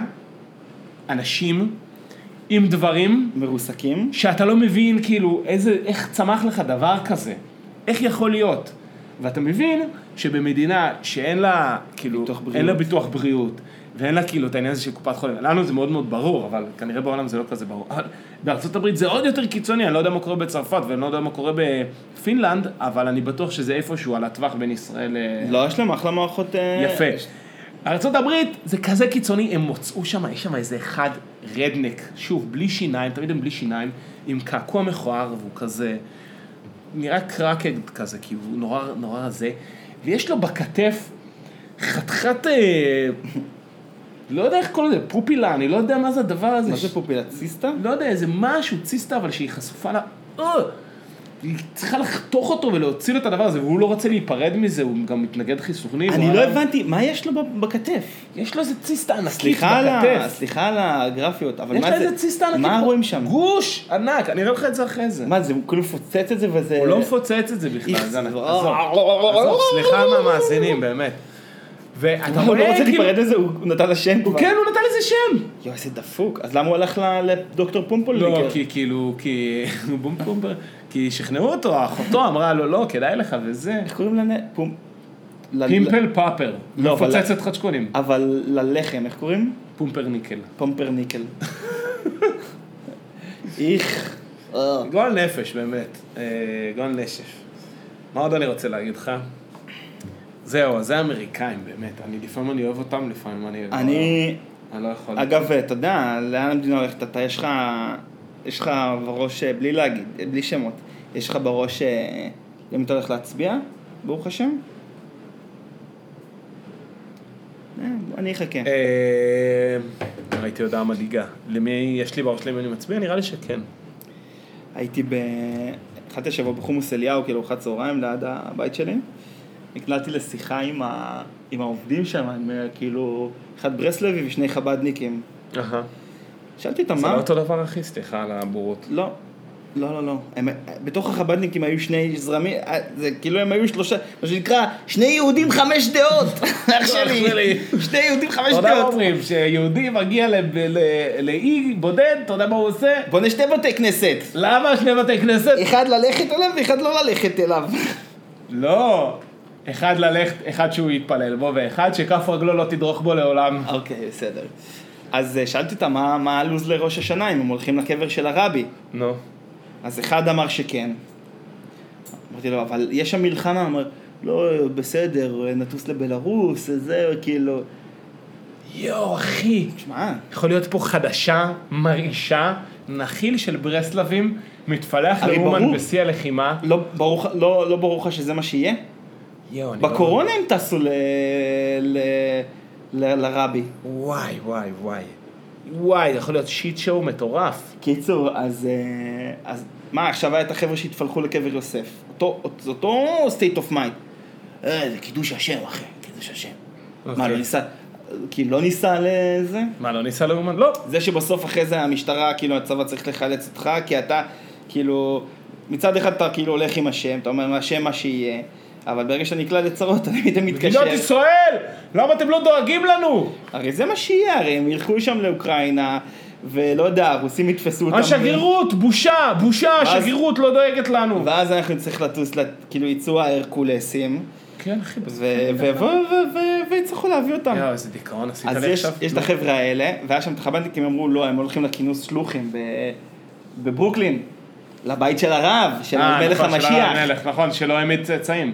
[SPEAKER 2] אנשים עם דברים
[SPEAKER 3] מרוסקים
[SPEAKER 2] שאתה לא מבין כאילו איזה, איך צמח לך דבר כזה, איך יכול להיות, ואתה מבין שבמדינה שאין לה כאילו אין לה ביטוח בריאות ואין לה כאילו את העניין הזה של קופת חולים, לנו זה מאוד מאוד ברור, אבל כנראה בעולם זה לא כזה ברור. בארצות הברית זה עוד יותר קיצוני, אני לא יודע מה קורה בצרפת ואני לא יודע מה קורה בפינלנד, אבל אני בטוח שזה איפשהו על הטווח בין ישראל
[SPEAKER 3] לא, יש להם אחלה מערכות
[SPEAKER 2] יפה. ארצות הברית זה כזה קיצוני, הם מוצאו שם, יש שם איזה אחד רדנק, שוב, בלי שיניים, תמיד הם בלי שיניים, עם קעקוע מכוער, והוא כזה, נראה קרקד כזה, כי הוא נורא, נורא רזה, ויש לו בכתף חתיכת, לא יודע איך קוראים לזה, פופילה, אני לא יודע מה זה הדבר הזה.
[SPEAKER 3] מה זה פופילה, ציסטה?
[SPEAKER 2] לא יודע, איזה משהו, ציסטה, אבל שהיא חשופה לה, היא צריכה לחתוך אותו ולהוציא לו את הדבר הזה, והוא לא רוצה להיפרד מזה, הוא גם מתנגד חיסוני.
[SPEAKER 3] אני לא הבנתי, מה יש לו בכתף?
[SPEAKER 2] יש לו איזה ציסטה ענקית בכתף.
[SPEAKER 3] סליחה על הגרפיות, אבל
[SPEAKER 2] יש
[SPEAKER 3] מה
[SPEAKER 2] לו
[SPEAKER 3] זה?
[SPEAKER 2] איזה ציסטה ענקית.
[SPEAKER 3] מה רואים שם?
[SPEAKER 2] גוש ענק, אני אראה לך את זה אחרי זה.
[SPEAKER 3] מה זה, הוא כאילו מפוצץ את זה וזה...
[SPEAKER 2] הוא לא מפוצץ את זה בכלל, זה ענק. עזוב, סליחה מהמאזינים, באמת. ואתה
[SPEAKER 3] הוא לא רוצה להיפרד לזה, הוא נתן לשם כבר.
[SPEAKER 2] כן, הוא נתן לזה שם.
[SPEAKER 3] יו, איזה דפוק. אז למה הוא הלך לדוקטור פומפולניקר?
[SPEAKER 2] לא, כי כאילו, כי... כי שכנעו אותו, אחותו אמרה לו, לא, כדאי לך וזה.
[SPEAKER 3] איך קוראים לנה?
[SPEAKER 2] פימפל פאפר. מפוצצת חדשקונים.
[SPEAKER 3] אבל ללחם, איך קוראים?
[SPEAKER 2] פומפרניקל.
[SPEAKER 3] פומפרניקל. איך.
[SPEAKER 2] גועל נפש, באמת. גועל נשף. מה עוד אני רוצה להגיד לך? זהו, זה האמריקאים, באמת. אני לפעמים אני אוהב אותם, לפעמים אני...
[SPEAKER 3] אני...
[SPEAKER 2] אני לא יכול...
[SPEAKER 3] אגב, אתה יודע, לאן המדינה הולכת? אתה, יש לך... יש לך בראש, בלי להגיד, בלי שמות, יש לך בראש, אם אתה הולך להצביע, ברוך השם? אני אחכה.
[SPEAKER 2] הייתי הודעה מדאיגה. למי, יש לי בראש למי אני מצביע? נראה לי שכן.
[SPEAKER 3] הייתי ב... התחלתי השבוע בחומוס אליהו, כאילו ארוחת צהריים ליד הבית שלי. נקלעתי לשיחה עם, ה... עם העובדים שם, עם, כאילו, אחד ברסלבי ושני חבדניקים.
[SPEAKER 2] אהה.
[SPEAKER 3] שאלתי אותם מה...
[SPEAKER 2] זה לא אותו דבר אחי, סליחה על הבורות.
[SPEAKER 3] לא. לא, לא, לא. הם, בתוך החבדניקים היו שני זרמים, זה כאילו הם היו שלושה, מה שנקרא, שני יהודים חמש דעות. אח שלי, שני יהודים חמש דעות.
[SPEAKER 2] אתה יודע מה אומרים, שיהודי מגיע לאי בודד, אתה יודע מה הוא עושה?
[SPEAKER 3] בונה שתי בתי כנסת.
[SPEAKER 2] למה שני בתי כנסת?
[SPEAKER 3] אחד ללכת אליו ואחד לא ללכת אליו.
[SPEAKER 2] לא. אחד ללכת, אחד שהוא יתפלל בו, ואחד שכף רגלו לא תדרוך בו לעולם.
[SPEAKER 3] אוקיי, בסדר. אז שאלתי אותם, מה, מה הלוז לראש השנה, אם הם הולכים לקבר של הרבי?
[SPEAKER 2] נו.
[SPEAKER 3] אז אחד אמר שכן. אמרתי לו, אבל יש שם מלחמה, אמר, לא, בסדר, נטוס לבלרוס, זה כאילו...
[SPEAKER 2] יו, אחי.
[SPEAKER 3] שמע.
[SPEAKER 2] יכול להיות פה חדשה, מרעישה, נחיל של ברסלבים, מתפלח לאומן בשיא הלחימה.
[SPEAKER 3] לא ברור, לא, לא ברור לך שזה מה שיהיה?
[SPEAKER 2] יו, אני
[SPEAKER 3] בקורונה הם טסו ל... ל... ל... לרבי.
[SPEAKER 2] וואי, וואי, וואי. וואי, יכול להיות שיט שואו מטורף.
[SPEAKER 3] קיצור, אז... אז מה, עכשיו היה את החבר'ה שהתפלחו לקבר יוסף. אותו, אותו state of mind. אה, זה קידוש השם, אחי, קידוש השם. מה, לא ניסה... כי לא ניסה לזה?
[SPEAKER 2] מה, לא ניסה לאומן? לא.
[SPEAKER 3] זה שבסוף אחרי זה המשטרה, כאילו, הצבא צריך לחלץ אותך, כי אתה, כאילו, מצד אחד אתה כאילו הולך עם השם, אתה אומר, השם מה שיהיה, אבל ברגע שאתה נקלע לצרות, אתה תמיד מתקשר.
[SPEAKER 2] מדינת ישראל! למה אתם לא דואגים לנו?
[SPEAKER 3] הרי זה מה שיהיה, הרי הם ילכו שם לאוקראינה, ולא יודע, הרוסים יתפסו אותם.
[SPEAKER 2] השגרירות, בושה, בושה, השגרירות לא דואגת לנו.
[SPEAKER 3] ואז אנחנו נצטרך לטוס, כאילו, יצאו ההרקולסים.
[SPEAKER 2] כן, אחי,
[SPEAKER 3] ויצטרכו להביא אותם.
[SPEAKER 2] יאו, איזה דיכאון עשית לי
[SPEAKER 3] עכשיו. אז יש את החבר'ה האלה, והיה שם את החב"דניקים, הם אמרו, לא, הם הולכים לכינוס שלוחים בברוקלין, לבית של הרב, של מלך המשיח.
[SPEAKER 2] נכון, שלא הם צאצאים.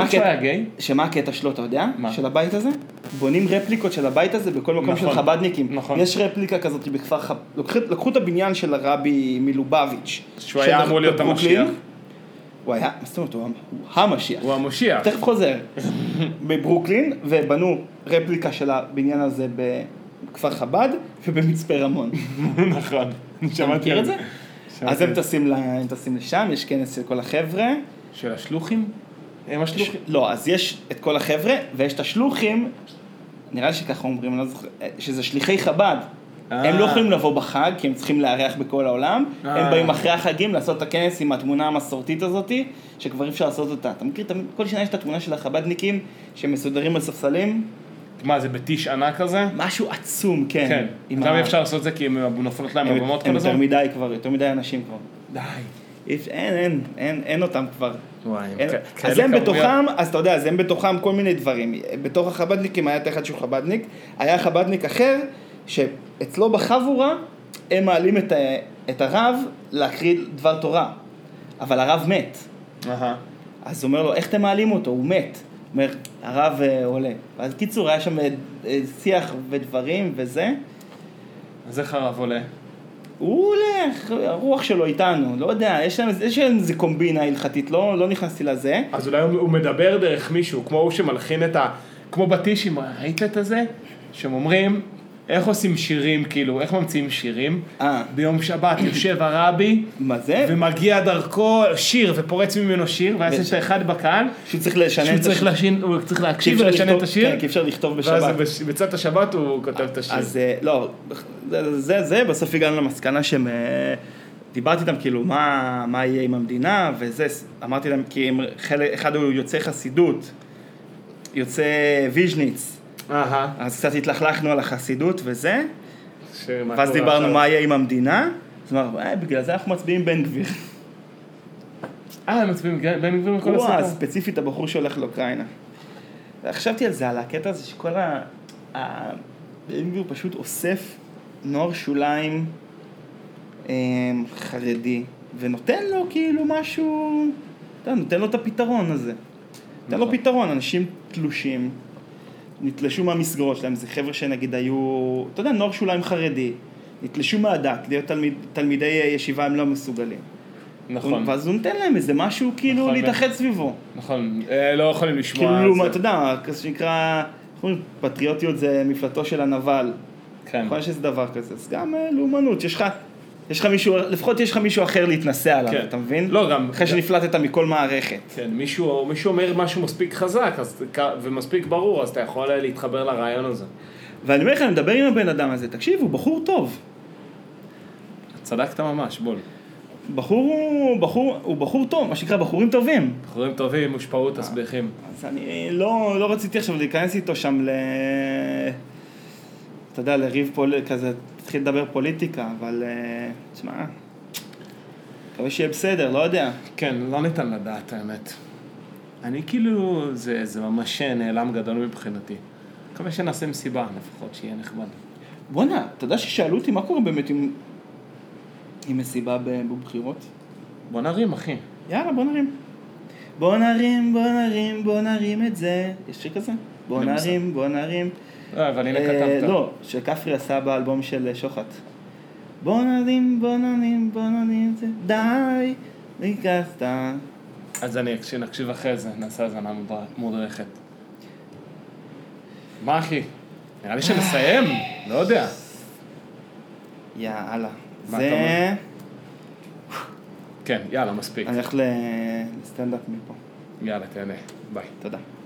[SPEAKER 3] שמה הקטע שלו, אתה יודע? של הבית הזה? בונים רפליקות של הבית הזה בכל מקום של חב"דניקים. יש רפליקה כזאת בכפר חב"ד. לקחו את הבניין של הרבי מלובביץ'.
[SPEAKER 2] שהוא היה אמור להיות המשיח.
[SPEAKER 3] הוא היה, מה זאת אומרת, הוא המשיח.
[SPEAKER 2] הוא המשיח.
[SPEAKER 3] תכף חוזר. בברוקלין, ובנו רפליקה של הבניין הזה בכפר חב"ד, ובמצפה רמון.
[SPEAKER 2] נכון.
[SPEAKER 3] אתה מכיר את זה? אז הם טסים לשם, יש כנס של כל החבר'ה.
[SPEAKER 2] של השלוחים? הם השלוחים?
[SPEAKER 3] לא, אז יש את כל החבר'ה, ויש את השלוחים, נראה לי שככה אומרים, שזה שליחי חב"ד. הם לא יכולים לבוא בחג, כי הם צריכים לארח בכל העולם. הם באים אחרי החגים לעשות את הכנס עם התמונה המסורתית הזאת, שכבר אי אפשר לעשות אותה. אתה מכיר, כל שנה יש את התמונה של החב"דניקים, שמסודרים על ספסלים.
[SPEAKER 2] מה, זה בטיש ענק כזה?
[SPEAKER 3] משהו עצום, כן.
[SPEAKER 2] כן. למה אפשר לעשות זה? כי הם נופלות להם הבמות כל הזמן?
[SPEAKER 3] הם יותר מדי כבר, יותר מדי אנשים כבר.
[SPEAKER 2] די.
[SPEAKER 3] אין, אין, אין, אין אותם כבר.
[SPEAKER 2] וואי,
[SPEAKER 3] אז הם בתוכם, אז אתה יודע, אז הם בתוכם כל מיני דברים. בתוך החב"דניקים היה אחד שהוא חב"דניק, היה חב"דניק אחר, שאצלו בחבורה הם מעלים את, את הרב להקריא דבר תורה, אבל הרב מת. אז הוא אומר לו, איך אתם מעלים אותו? הוא מת. הוא אומר, הרב עולה. אז קיצור, היה שם שיח ודברים וזה.
[SPEAKER 2] אז איך הרב עולה?
[SPEAKER 3] הוא הולך, הרוח שלו איתנו, לא יודע, יש להם, יש להם איזה קומבינה הלכתית, לא, לא נכנסתי לזה.
[SPEAKER 2] אז אולי הוא מדבר דרך מישהו, כמו הוא שמלחין את ה... כמו בטישים, ראית את זה? שהם אומרים, איך עושים שירים, כאילו, איך ממציאים שירים?
[SPEAKER 3] אה.
[SPEAKER 2] ביום שבת יושב הרבי.
[SPEAKER 3] מה זה?
[SPEAKER 2] ומגיע דרכו שיר, ופורץ ממנו שיר, ואז יש אחד בקהל.
[SPEAKER 3] שהוא צריך לשנן את השיר.
[SPEAKER 2] הוא צריך להקשיב ולשנן את השיר.
[SPEAKER 3] כן, כי אפשר לכתוב בשבת.
[SPEAKER 2] ואז בצאת השבת הוא כותב את השיר.
[SPEAKER 3] אז לא, זה, זה, בסוף הגענו למסקנה שהם... דיברתי איתם כאילו, מה, מה יהיה עם המדינה, וזה, אמרתי להם, כי אחד הוא יוצא חסידות, יוצא ויז'ניץ. אז קצת התלכלכנו על החסידות וזה, ואז דיברנו מה יהיה עם המדינה, אז אמרנו, בגלל זה אנחנו מצביעים בן גביר.
[SPEAKER 2] אה, הם מצביעים בן גביר מכל הסיפור?
[SPEAKER 3] הוא הספציפית הבחור שהולך לאוקראינה. וחשבתי על זה, על הקטע הזה שכל ה... בן גביר פשוט אוסף נוער שוליים חרדי, ונותן לו כאילו משהו, נותן לו את הפתרון הזה. נותן לו פתרון, אנשים תלושים, נתלשו מהמסגרות שלהם, זה חבר'ה שנגיד היו, אתה יודע, נוער שוליים חרדי, נתלשו מהדת, להיות תלמיד, תלמידי ישיבה הם לא מסוגלים.
[SPEAKER 2] נכון.
[SPEAKER 3] ואז הוא נותן להם איזה משהו כאילו נכון, להתאחד סביבו.
[SPEAKER 2] נכון, לא יכולים לשמוע
[SPEAKER 3] כאילו,
[SPEAKER 2] זה.
[SPEAKER 3] אתה יודע, כזה שנקרא, פטריוטיות זה מפלטו של הנבל.
[SPEAKER 2] כן.
[SPEAKER 3] נכון שיש דבר כזה, אז גם לאומנות, יש לך, יש לך מישהו, לפחות יש לך מישהו אחר להתנסה עליו, כן. אתה מבין?
[SPEAKER 2] לא, גם...
[SPEAKER 3] אחרי שנפלטת מכל מערכת.
[SPEAKER 2] כן, מישהו, מישהו אומר משהו מספיק חזק אז, ומספיק ברור, אז אתה יכול להתחבר לרעיון הזה.
[SPEAKER 3] ואני אומר לך, אני מדבר עם הבן אדם הזה, תקשיב, הוא בחור טוב.
[SPEAKER 2] צדקת ממש, בול.
[SPEAKER 3] בחור הוא בחור, הוא בחור טוב, מה שנקרא בחורים טובים.
[SPEAKER 2] בחורים טובים, מושפעות, תסביכים.
[SPEAKER 3] אז אני לא, לא רציתי עכשיו להיכנס איתו שם ל... אתה יודע, לריב פול... כזה, תתחיל לדבר פוליטיקה, אבל תשמע, מקווה שיהיה בסדר, לא יודע.
[SPEAKER 2] כן, לא ניתן לדעת האמת. אני כאילו, זה, זה ממש נעלם גדול מבחינתי. מקווה שנעשה מסיבה לפחות, שיהיה נחמד.
[SPEAKER 3] בוא'נה, אתה יודע ששאלו אותי מה קורה באמת עם, עם מסיבה בבחירות?
[SPEAKER 2] בוא נרים, אחי.
[SPEAKER 3] יאללה, בוא נרים. בוא נרים, בוא נרים, בוא נרים את זה. יש שיר כזה? בוא נרים, בוא נרים.
[SPEAKER 2] לא, אבל הנה כתבת.
[SPEAKER 3] לא, שכפרי עשה באלבום של שוחט. בוא נרים, בוא נרים, בוא נרים את זה. די, ניקסת.
[SPEAKER 2] אז אני נקשיב אחרי זה, נעשה הזנה מודרכת. מה אחי? נראה לי שנסיים, לא יודע.
[SPEAKER 3] יאללה.
[SPEAKER 2] מה
[SPEAKER 3] זה...
[SPEAKER 2] אתה אומר? כן, יאללה, מספיק.
[SPEAKER 3] אני הולך לסטנדאפ מפה.
[SPEAKER 2] יאללה, תהנה. ביי.
[SPEAKER 3] תודה.